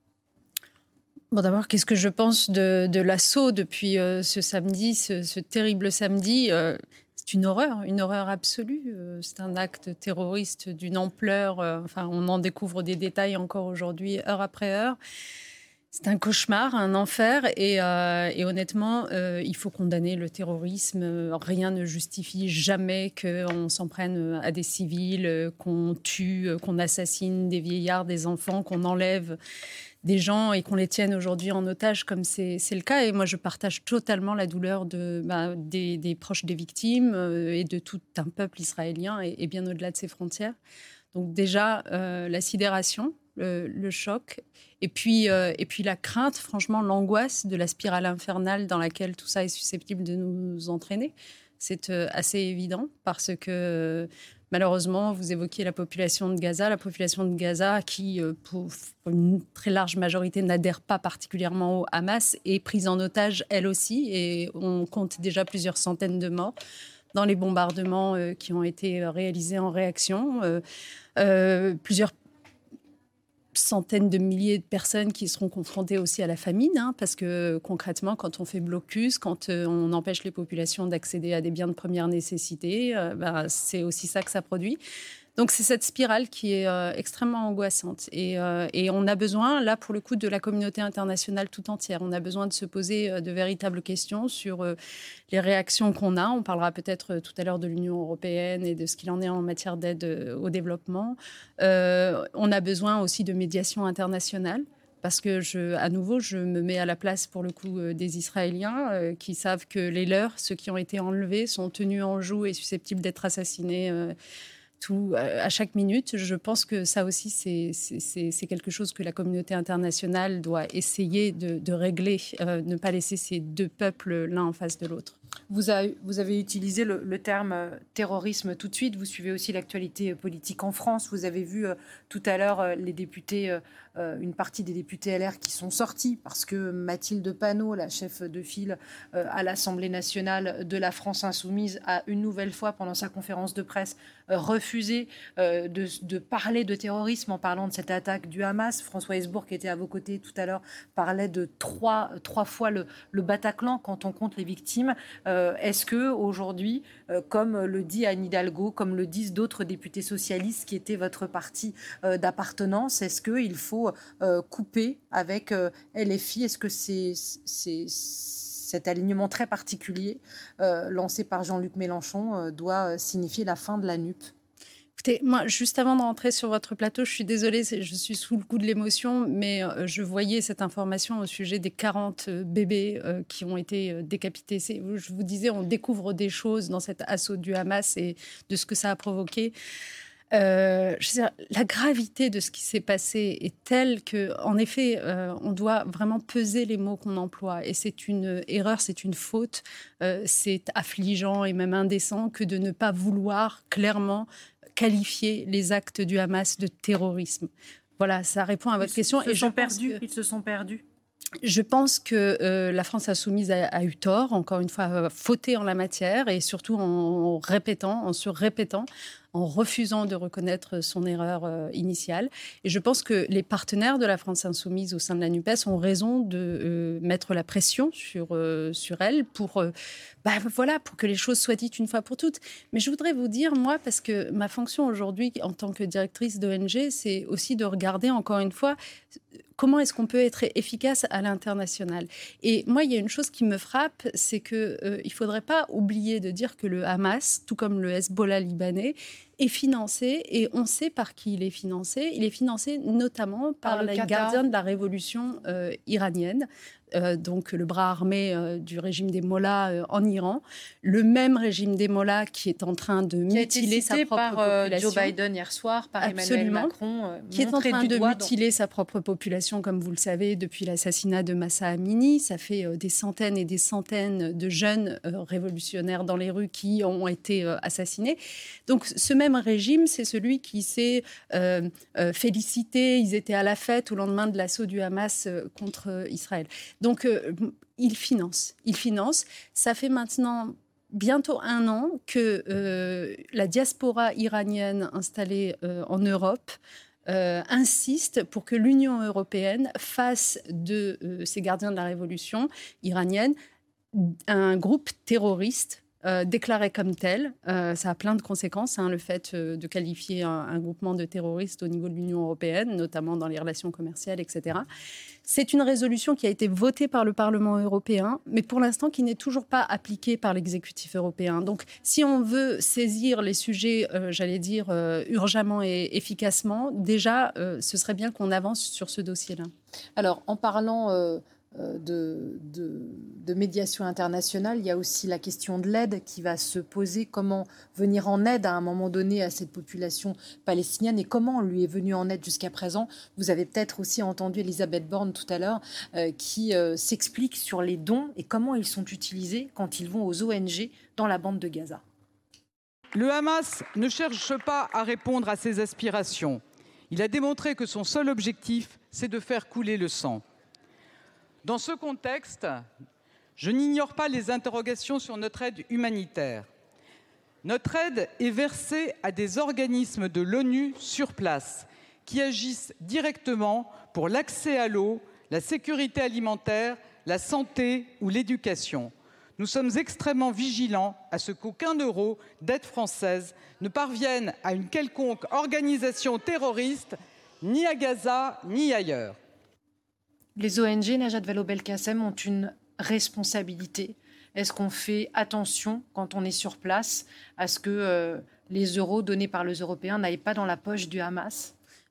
Bon, d'abord, qu'est-ce que je pense de l'assaut depuis ce samedi, ce terrible samedi c'est une horreur absolue. C'est un acte terroriste d'une ampleur. On en découvre des détails encore aujourd'hui, heure après heure. C'est un cauchemar, un enfer. Et honnêtement, il faut condamner le terrorisme. Rien ne justifie jamais qu'on s'en prenne à des civils, qu'on tue, qu'on assassine des vieillards, des enfants, qu'on enlève des gens et qu'on les tienne aujourd'hui en otage comme c'est le cas. Et moi, je partage totalement la douleur des proches des victimes et de tout un peuple israélien et bien au-delà de ses frontières. Donc déjà, la sidération, le choc, et puis la crainte, franchement, l'angoisse de la spirale infernale dans laquelle tout ça est susceptible de nous entraîner. C'est assez évident parce que... Malheureusement, vous évoquiez la population de Gaza qui, pour une très large majorité, n'adhère pas particulièrement au Hamas, est prise en otage, elle aussi, et on compte déjà plusieurs centaines de morts dans les bombardements qui ont été réalisés en réaction. Plusieurs centaines de milliers de personnes qui seront confrontées aussi à la famine, parce que concrètement, quand on fait blocus, quand on empêche les populations d'accéder à des biens de première nécessité, c'est aussi ça que ça produit. Donc c'est cette spirale qui est extrêmement angoissante. Et on a besoin, là, pour le coup, de la communauté internationale tout entière. On a besoin de se poser de véritables questions sur les réactions qu'on a. On parlera peut-être tout à l'heure de l'Union européenne et de ce qu'il en est en matière d'aide au développement. On a besoin aussi de médiation internationale parce que, à nouveau, je me mets à la place, pour le coup, des Israéliens qui savent que les leurs, ceux qui ont été enlevés, sont tenus en joue et susceptibles d'être assassinés à chaque minute. Je pense que ça aussi, c'est quelque chose que la communauté internationale doit essayer de régler, ne pas laisser ces deux peuples l'un en face de l'autre. Vous avez utilisé le terme terrorisme tout de suite. Vous suivez aussi l'actualité politique en France. Vous avez vu tout à l'heure les députés, une partie des députés LR qui sont sortis parce que Mathilde Panot, la chef de file à l'Assemblée nationale de la France insoumise, a une nouvelle fois, pendant sa conférence de presse, refusé de parler de terrorisme en parlant de cette attaque du Hamas. François Hesbourg, qui était à vos côtés tout à l'heure, parlait de trois fois le Bataclan quand on compte les victimes. Est-ce que aujourd'hui, comme le dit Anne Hidalgo, comme le disent d'autres députés socialistes qui étaient votre parti d'appartenance, est-ce qu'il faut couper avec LFI? Est-ce que cet alignement très particulier lancé par Jean-Luc Mélenchon doit signifier la fin de la NUP? Écoutez, moi, juste avant de rentrer sur votre plateau, je suis désolée, je suis sous le coup de l'émotion, mais je voyais cette information au sujet des 40 bébés qui ont été décapités. Je vous disais, on découvre des choses dans cet assaut du Hamas et de ce que ça a provoqué. La gravité de ce qui s'est passé est telle qu'en effet, on doit vraiment peser les mots qu'on emploie. Et c'est une erreur, c'est une faute. C'est affligeant et même indécent que de ne pas vouloir clairement qualifier les actes du Hamas de terrorisme. Voilà, ça répond à votre question. Ils se sont perdus. Je pense que la France insoumise a eu tort, encore une fois, fauté en la matière, et surtout en se répétant, en refusant de reconnaître son erreur initiale. Et je pense que les partenaires de la France insoumise au sein de la NUPES ont raison de mettre la pression sur elle pour que les choses soient dites une fois pour toutes. Mais je voudrais vous dire, moi, parce que ma fonction aujourd'hui en tant que directrice d'ONG, c'est aussi de regarder, encore une fois, comment est-ce qu'on peut être efficace à l'international. Et moi, il y a une chose qui me frappe, c'est qu'il ne faudrait pas oublier de dire que le Hamas, tout comme le Hezbollah libanais, est financé, et on sait par qui il est financé. Il est financé notamment par les gardiens de la révolution iranienne, donc le bras armé du régime des Mollahs en Iran. Le même régime des Mollahs qui est en train de mutiler sa propre population. Joe Biden hier soir, par Absolument. Emmanuel Macron. Qui est en train de mutiler sa propre population, comme vous le savez, depuis l'assassinat de Mahsa Amini. Ça fait des centaines et des centaines de jeunes révolutionnaires dans les rues qui ont été assassinés. Donc ce même régime, c'est celui qui s'est félicité. Ils étaient à la fête au lendemain de l'assaut du Hamas contre Israël. Donc, il finance. Ça fait maintenant bientôt 1 an que la diaspora iranienne installée en Europe insiste pour que l'Union européenne fasse de ces gardiens de la révolution iranienne un groupe terroriste déclaré comme tel. Ça a plein de conséquences, le fait de qualifier un groupement de terroristes au niveau de l'Union européenne, notamment dans les relations commerciales, etc. C'est une résolution qui a été votée par le Parlement européen, mais pour l'instant qui n'est toujours pas appliquée par l'exécutif européen. Donc, si on veut saisir les sujets, urgemment et efficacement, déjà, ce serait bien qu'on avance sur ce dossier-là. Alors, en parlant de médiation internationale, il y a aussi la question de l'aide qui va se poser. Comment venir en aide à un moment donné à cette population palestinienne, et comment on lui est venu en aide jusqu'à présent? Vous avez peut-être aussi entendu Elisabeth Borne tout à l'heure qui s'explique sur les dons et comment ils sont utilisés quand ils vont aux ONG dans la bande de Gaza. Le Hamas ne cherche pas à répondre à ses aspirations. Il a démontré que son seul objectif, c'est de faire couler le sang. Dans ce contexte, je n'ignore pas les interrogations sur notre aide humanitaire. Notre aide est versée à des organismes de l'ONU sur place qui agissent directement pour l'accès à l'eau, la sécurité alimentaire, la santé ou l'éducation. Nous sommes extrêmement vigilants à ce qu'aucun euro d'aide française ne parvienne à une quelconque organisation terroriste, ni à Gaza, ni ailleurs. Les ONG, Najat Vallaud-Belkacem, ont une responsabilité. Est-ce qu'on fait attention, quand on est sur place, à ce que les euros donnés par les Européens n'aillent pas dans la poche du Hamas ?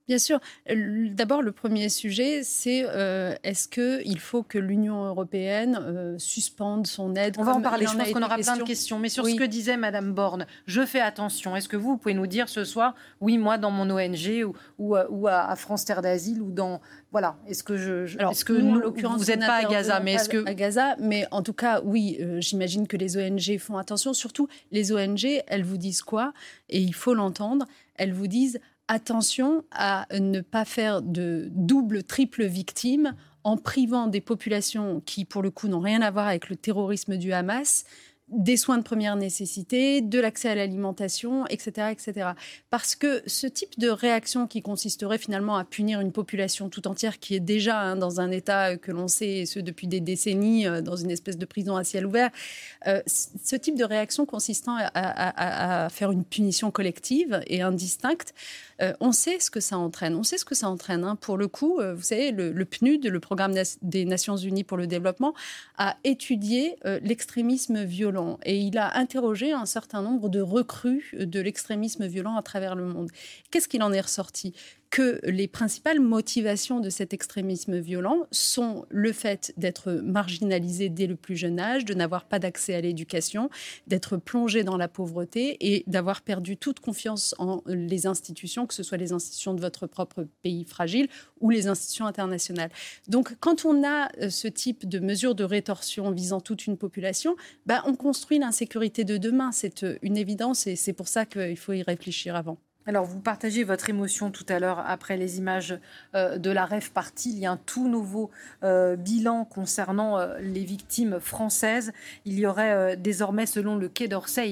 Bien sûr. D'abord, le premier sujet, c'est est-ce qu'il faut que l'Union européenne suspende son aide? On va en parler, je pense qu'on aura plein de questions. Mais sur ce que disait Madame Borne, je fais attention. Est-ce que vous pouvez nous dire ce soir, oui, moi, dans mon ONG ou à France Terre d'Asile ou dans... Voilà, est-ce que Alors, est-ce que nous, en vous l'occurrence, n'êtes pas à Gaza, mais est-ce que... À Gaza, mais en tout cas, oui, j'imagine que les ONG font attention. Surtout, les ONG, elles vous disent quoi? Et il faut l'entendre. Elles vous disent... Attention à ne pas faire de double, triple victime en privant des populations qui, pour le coup, n'ont rien à voir avec le terrorisme du Hamas, des soins de première nécessité, de l'accès à l'alimentation, etc., etc. Parce que ce type de réaction qui consisterait finalement à punir une population tout entière qui est déjà dans un état que l'on sait, et ce depuis des décennies, dans une espèce de prison à ciel ouvert, ce type de réaction consistant à faire une punition collective et indistincte, on sait ce que ça entraîne. On sait ce que ça entraîne. Hein. Pour le coup, vous savez, le PNUD, le Programme des Nations Unies pour le développement, a étudié l'extrémisme violent. Et il a interrogé un certain nombre de recrues de l'extrémisme violent à travers le monde. Qu'est-ce qu'il en est ressorti? Que les principales motivations de cet extrémisme violent sont le fait d'être marginalisé dès le plus jeune âge, de n'avoir pas d'accès à l'éducation, d'être plongé dans la pauvreté et d'avoir perdu toute confiance en les institutions, que ce soit les institutions de votre propre pays fragile ou les institutions internationales. Donc, quand on a ce type de mesures de rétorsion visant toute une population, on construit l'insécurité de demain. C'est une évidence et c'est pour ça qu'il faut y réfléchir avant. Alors, vous partagez votre émotion tout à l'heure après les images de la rave party. Il y a un tout nouveau bilan concernant les victimes françaises. Il y aurait désormais, selon le Quai d'Orsay,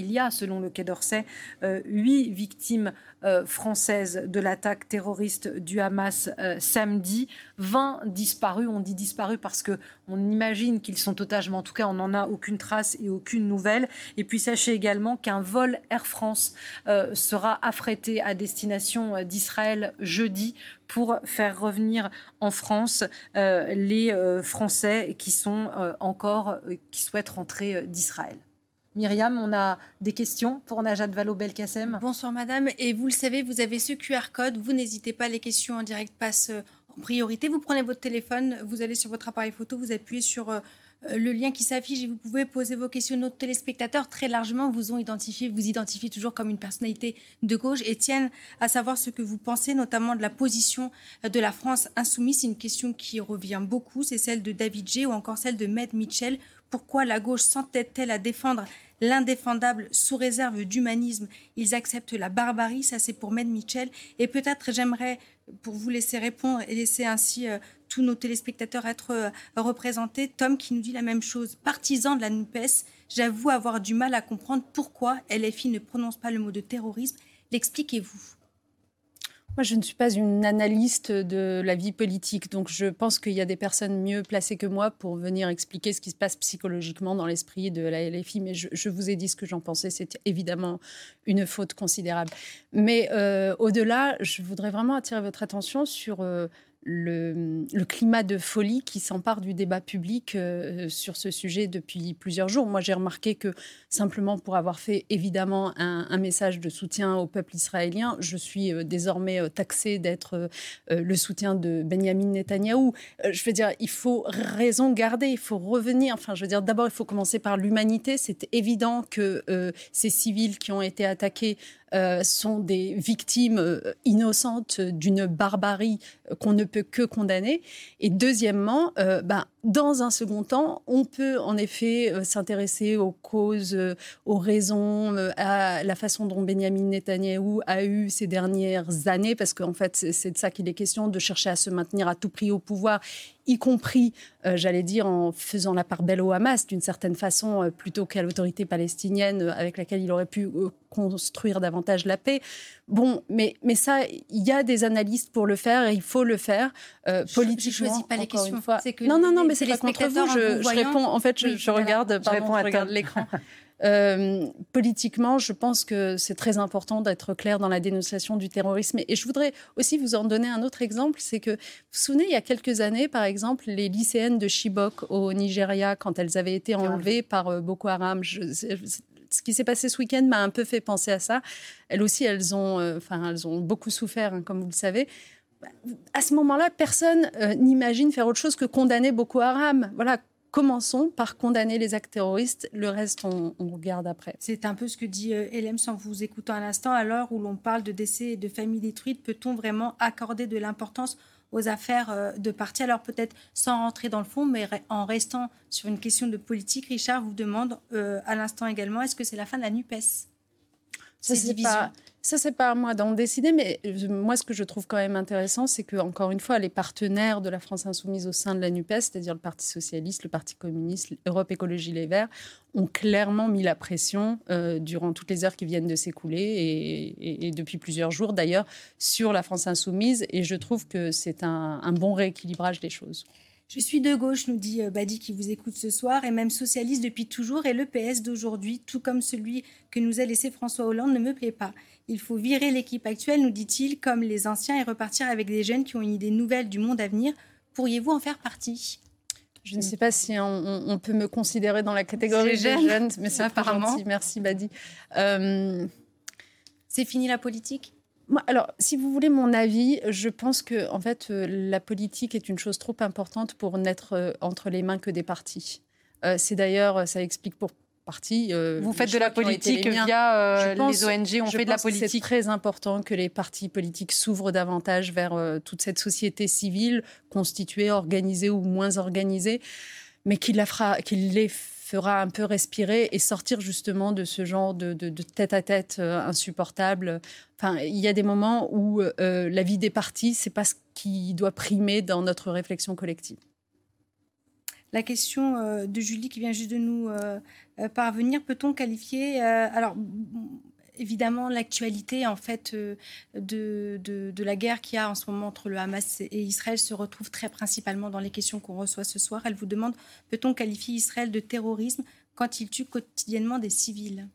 8 victimes françaises de l'attaque terroriste du Hamas samedi. 20 disparus. On dit disparus parce qu'on imagine qu'ils sont otages, mais en tout cas, on n'en a aucune trace et aucune nouvelle. Et puis, sachez également qu'un vol Air France sera affrété à destination d'Israël jeudi pour faire revenir en France les Français qui sont qui souhaitent rentrer d'Israël. Myriam, on a des questions pour Najat Vallaud-Belkacem. Bonsoir madame, et vous le savez, vous avez ce QR code, vous n'hésitez pas, les questions en direct passent en priorité. Vous prenez votre téléphone, vous allez sur votre appareil photo, vous appuyez sur le lien qui s'affiche et vous pouvez poser vos questions. Nos téléspectateurs très largement vous identifient toujours comme une personnalité de gauche et tiennent à savoir ce que vous pensez, notamment de la position de la France insoumise. C'est une question qui revient beaucoup, c'est celle de David G ou encore celle de Med Mitchell. Pourquoi la gauche s'entête-t-elle à défendre l'indéfendable sous réserve d'humanisme? Ils acceptent la barbarie, ça c'est pour Med Mitchell. Et peut-être j'aimerais, pour vous laisser répondre et laisser ainsi tous nos téléspectateurs être représentés, Tom qui nous dit la même chose. Partisan de la NUPES, j'avoue avoir du mal à comprendre pourquoi LFI ne prononce pas le mot de terrorisme. L'expliquez-vous? Moi, je ne suis pas une analyste de la vie politique, donc je pense qu'il y a des personnes mieux placées que moi pour venir expliquer ce qui se passe psychologiquement dans l'esprit de la LFI, mais je vous ai dit ce que j'en pensais, c'est évidemment une faute considérable. Mais au-delà, je voudrais vraiment attirer votre attention sur le climat de folie qui s'empare du débat public sur ce sujet depuis plusieurs jours. Moi, j'ai remarqué que simplement pour avoir fait évidemment un message de soutien au peuple israélien, je suis désormais taxée d'être le soutien de Benyamin Netanyahou. Je veux dire, il faut raison garder, il faut revenir. Enfin, je veux dire, d'abord, il faut commencer par l'humanité. C'est évident que ces civils qui ont été attaqués sont des victimes innocentes d'une barbarie qu'on ne peut que condamner. Et deuxièmement, dans un second temps, on peut en effet s'intéresser aux causes, aux raisons, à la façon dont Benyamin Netanyahou a eu ces dernières années, parce qu'en fait, c'est de ça qu'il est question, de chercher à se maintenir à tout prix au pouvoir, y compris, j'allais dire, en faisant la part belle au Hamas, d'une certaine façon, plutôt qu'à l'autorité palestinienne avec laquelle il aurait pu construire davantage la paix. Bon, mais ça, il y a des analystes pour le faire et il faut le faire politiquement. Je ne choisis pas les questions. Non, mais c'est pas contre vous. Je réponds, en fait, je regarde l'écran. Politiquement, je pense que c'est très important d'être clair dans la dénonciation du terrorisme. Et je voudrais aussi vous en donner un autre exemple, c'est que, vous vous souvenez, il y a quelques années, par exemple, les lycéennes de Chibok au Nigeria, quand elles avaient été enlevées par Boko Haram, ce qui s'est passé ce week-end m'a un peu fait penser à ça. Elles aussi, elles ont beaucoup souffert, comme vous le savez. À ce moment-là, personne n'imagine faire autre chose que condamner Boko Haram. Voilà. Commençons par condamner les actes terroristes, le reste, on regarde après. C'est un peu ce que dit LM en vous écoutant à l'instant. À l'heure où l'on parle de décès et de familles détruites, peut-on vraiment accorder de l'importance aux affaires de parti? Alors peut-être sans rentrer dans le fond, mais en restant sur une question de politique, Richard vous demande à l'instant également, est-ce que c'est la fin de la NUPES? Ça, c'est pas à moi d'en décider, mais moi, ce que je trouve quand même intéressant, c'est que, encore une fois, les partenaires de la France Insoumise au sein de la NUPES, c'est-à-dire le Parti Socialiste, le Parti Communiste, Europe Écologie Les Verts, ont clairement mis la pression durant toutes les heures qui viennent de s'écouler et depuis plusieurs jours, d'ailleurs, sur la France Insoumise. Et je trouve que c'est un bon rééquilibrage des choses. Je suis de gauche, nous dit Badi qui vous écoute ce soir, et même socialiste depuis toujours, et le PS d'aujourd'hui, tout comme celui que nous a laissé François Hollande, ne me plaît pas. Il faut virer l'équipe actuelle, nous dit-il, comme les anciens, et repartir avec des jeunes qui ont une idée nouvelle du monde à venir. Pourriez-vous en faire partie? Je ne sais pas si on peut me considérer dans la catégorie des jeunes, mais c'est apparemment gentil. Merci Badi. C'est fini la politique? Moi, alors, si vous voulez mon avis, je pense que en fait, la politique est une chose trop importante pour n'être entre les mains que des partis. C'est d'ailleurs, ça explique pour partie. Vous faites de la politique via les ONG, on fait de la politique. C'est très important que les partis politiques s'ouvrent davantage vers toute cette société civile, constituée, organisée ou moins organisée, mais qu'il les fera un peu respirer et sortir justement de ce genre de tête-à-tête insupportable. Enfin, il y a des moments où la vie des partis, c'est pas ce qui doit primer dans notre réflexion collective. La question de Julie qui vient juste de nous parvenir, peut-on qualifier alors évidemment l'actualité en fait de la guerre qu'il y a en ce moment entre le Hamas et Israël se retrouve très principalement dans les questions qu'on reçoit ce soir. Elle vous demande, peut-on qualifier Israël de terrorisme quand il tue quotidiennement des civils?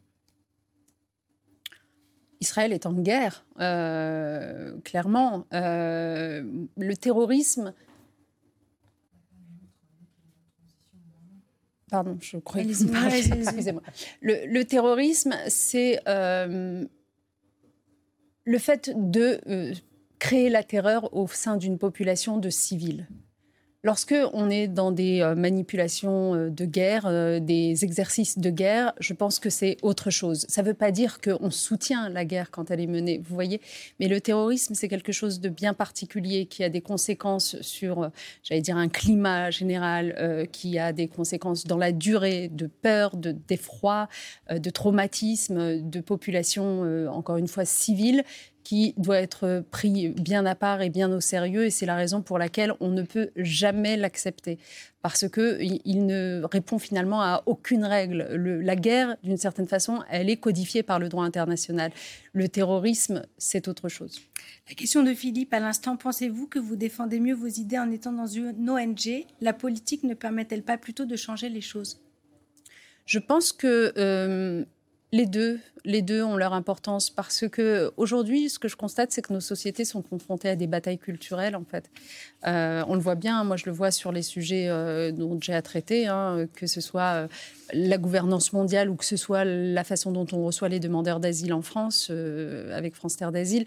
Israël est en guerre, clairement. Le terrorisme... Pardon, je croyais que vous me parliez. Excusez-moi. Le terrorisme, c'est le fait de créer la terreur au sein d'une population de civils. Lorsque on est dans des manipulations de guerre, des exercices de guerre, je pense que c'est autre chose. Ça ne veut pas dire qu'on soutient la guerre quand elle est menée, vous voyez. Mais le terrorisme, c'est quelque chose de bien particulier qui a des conséquences sur, j'allais dire, un climat général, qui a des conséquences dans la durée de peur, d'effroi, de traumatisme, de populations, encore une fois, civiles, qui doit être pris bien à part et bien au sérieux. Et c'est la raison pour laquelle on ne peut jamais l'accepter. Parce qu'il ne répond finalement à aucune règle. La guerre, d'une certaine façon, elle est codifiée par le droit international. Le terrorisme, c'est autre chose. La question de Philippe, à l'instant, pensez-vous que vous défendez mieux vos idées en étant dans une ONG? La politique ne permet-elle pas plutôt de changer les choses? Je pense que... Les deux ont leur importance parce que aujourd'hui, ce que je constate, c'est que nos sociétés sont confrontées à des batailles culturelles, en fait. On le voit bien, moi je le vois sur les sujets dont j'ai à traiter, que ce soit la gouvernance mondiale ou que ce soit la façon dont on reçoit les demandeurs d'asile en France, avec France Terre d'Asile.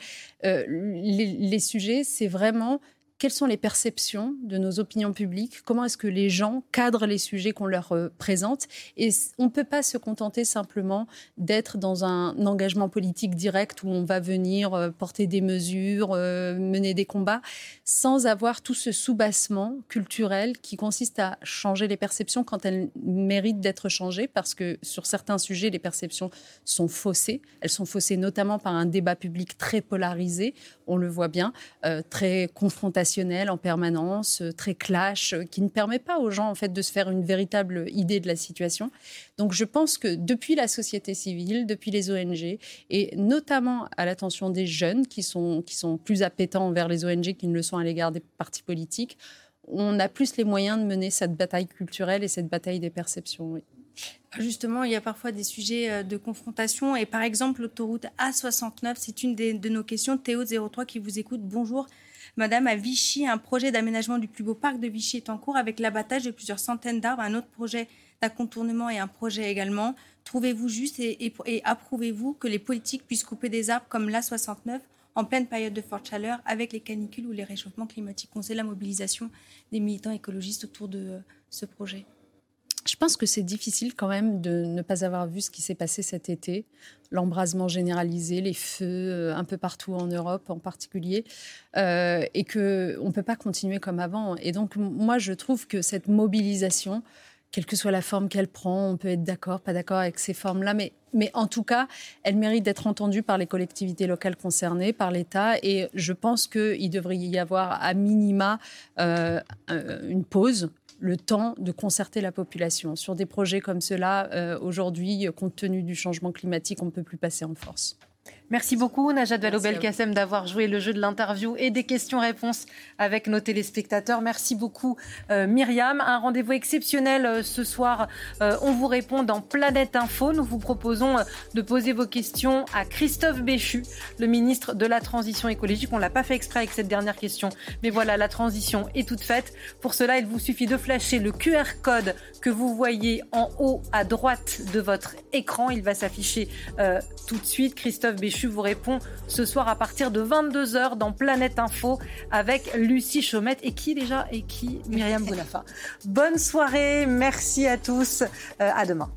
Les sujets, c'est vraiment... Quelles sont les perceptions de nos opinions publiques? Comment est-ce que les gens cadrent les sujets qu'on leur présente? Et on ne peut pas se contenter simplement d'être dans un engagement politique direct où on va venir porter des mesures, mener des combats, sans avoir tout ce soubassement culturel qui consiste à changer les perceptions quand elles méritent d'être changées, parce que sur certains sujets, les perceptions sont faussées. Elles sont faussées notamment par un débat public très polarisé, on le voit bien, très confrontationnel en permanence, très clash, qui ne permet pas aux gens en fait de se faire une véritable idée de la situation. Donc je pense que depuis la société civile, depuis les ONG et notamment à l'attention des jeunes qui sont plus appétents envers les ONG qu'ils ne le sont à l'égard des partis politiques, on a plus les moyens de mener cette bataille culturelle et cette bataille des perceptions. Oui. Justement, il y a parfois des sujets de confrontation et par exemple l'autoroute A69, c'est une de nos questions. Théo03 qui vous écoute, bonjour. Madame, à Vichy, un projet d'aménagement du plus beau parc de Vichy est en cours avec l'abattage de plusieurs centaines d'arbres, un autre projet d'accontournement et un projet également. Trouvez-vous juste et approuvez-vous que les politiques puissent couper des arbres comme l'A69 en pleine période de forte chaleur, avec les canicules ou les réchauffements climatiques. On sait la mobilisation des militants écologistes autour de ce projet. Je pense que c'est difficile quand même de ne pas avoir vu ce qui s'est passé cet été, l'embrasement généralisé, les feux un peu partout en Europe en particulier, et qu'on ne peut pas continuer comme avant. Et donc moi je trouve que cette mobilisation, quelle que soit la forme qu'elle prend, on peut être d'accord, pas d'accord avec ces formes-là, mais en tout cas, elle mérite d'être entendue par les collectivités locales concernées, par l'État, et je pense qu'il devrait y avoir à minima une pause, le temps de concerter la population. Sur des projets comme ceux-là, aujourd'hui, compte tenu du changement climatique, on ne peut plus passer en force. Merci beaucoup Najat Vallaud-Belkacem d'avoir joué le jeu de l'interview et des questions-réponses avec nos téléspectateurs. Merci beaucoup Myriam. Un rendez-vous exceptionnel ce soir. On vous répond dans Planète Info. Nous vous proposons de poser vos questions à Christophe Béchu, le ministre de la Transition écologique. On ne l'a pas fait exprès avec cette dernière question, mais voilà, la transition est toute faite. Pour cela, il vous suffit de flasher le QR code que vous voyez en haut à droite de votre écran. Il va s'afficher tout de suite. Christophe Béchu vous répond ce soir à partir de 22h dans Planète Info avec Lucie Chaumette et qui Myriam Bounafa. Bonne soirée, merci à tous, à demain.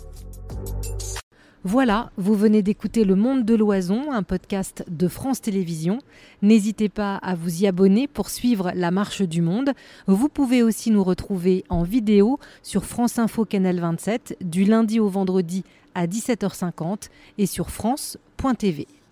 Voilà, vous venez d'écouter Le Monde de l'Oison, un podcast de France Télévisions. N'hésitez pas à vous y abonner pour suivre la marche du monde. Vous pouvez aussi nous retrouver en vidéo sur France Info Canal 27 du lundi au vendredi à 17h50 et sur France.tv.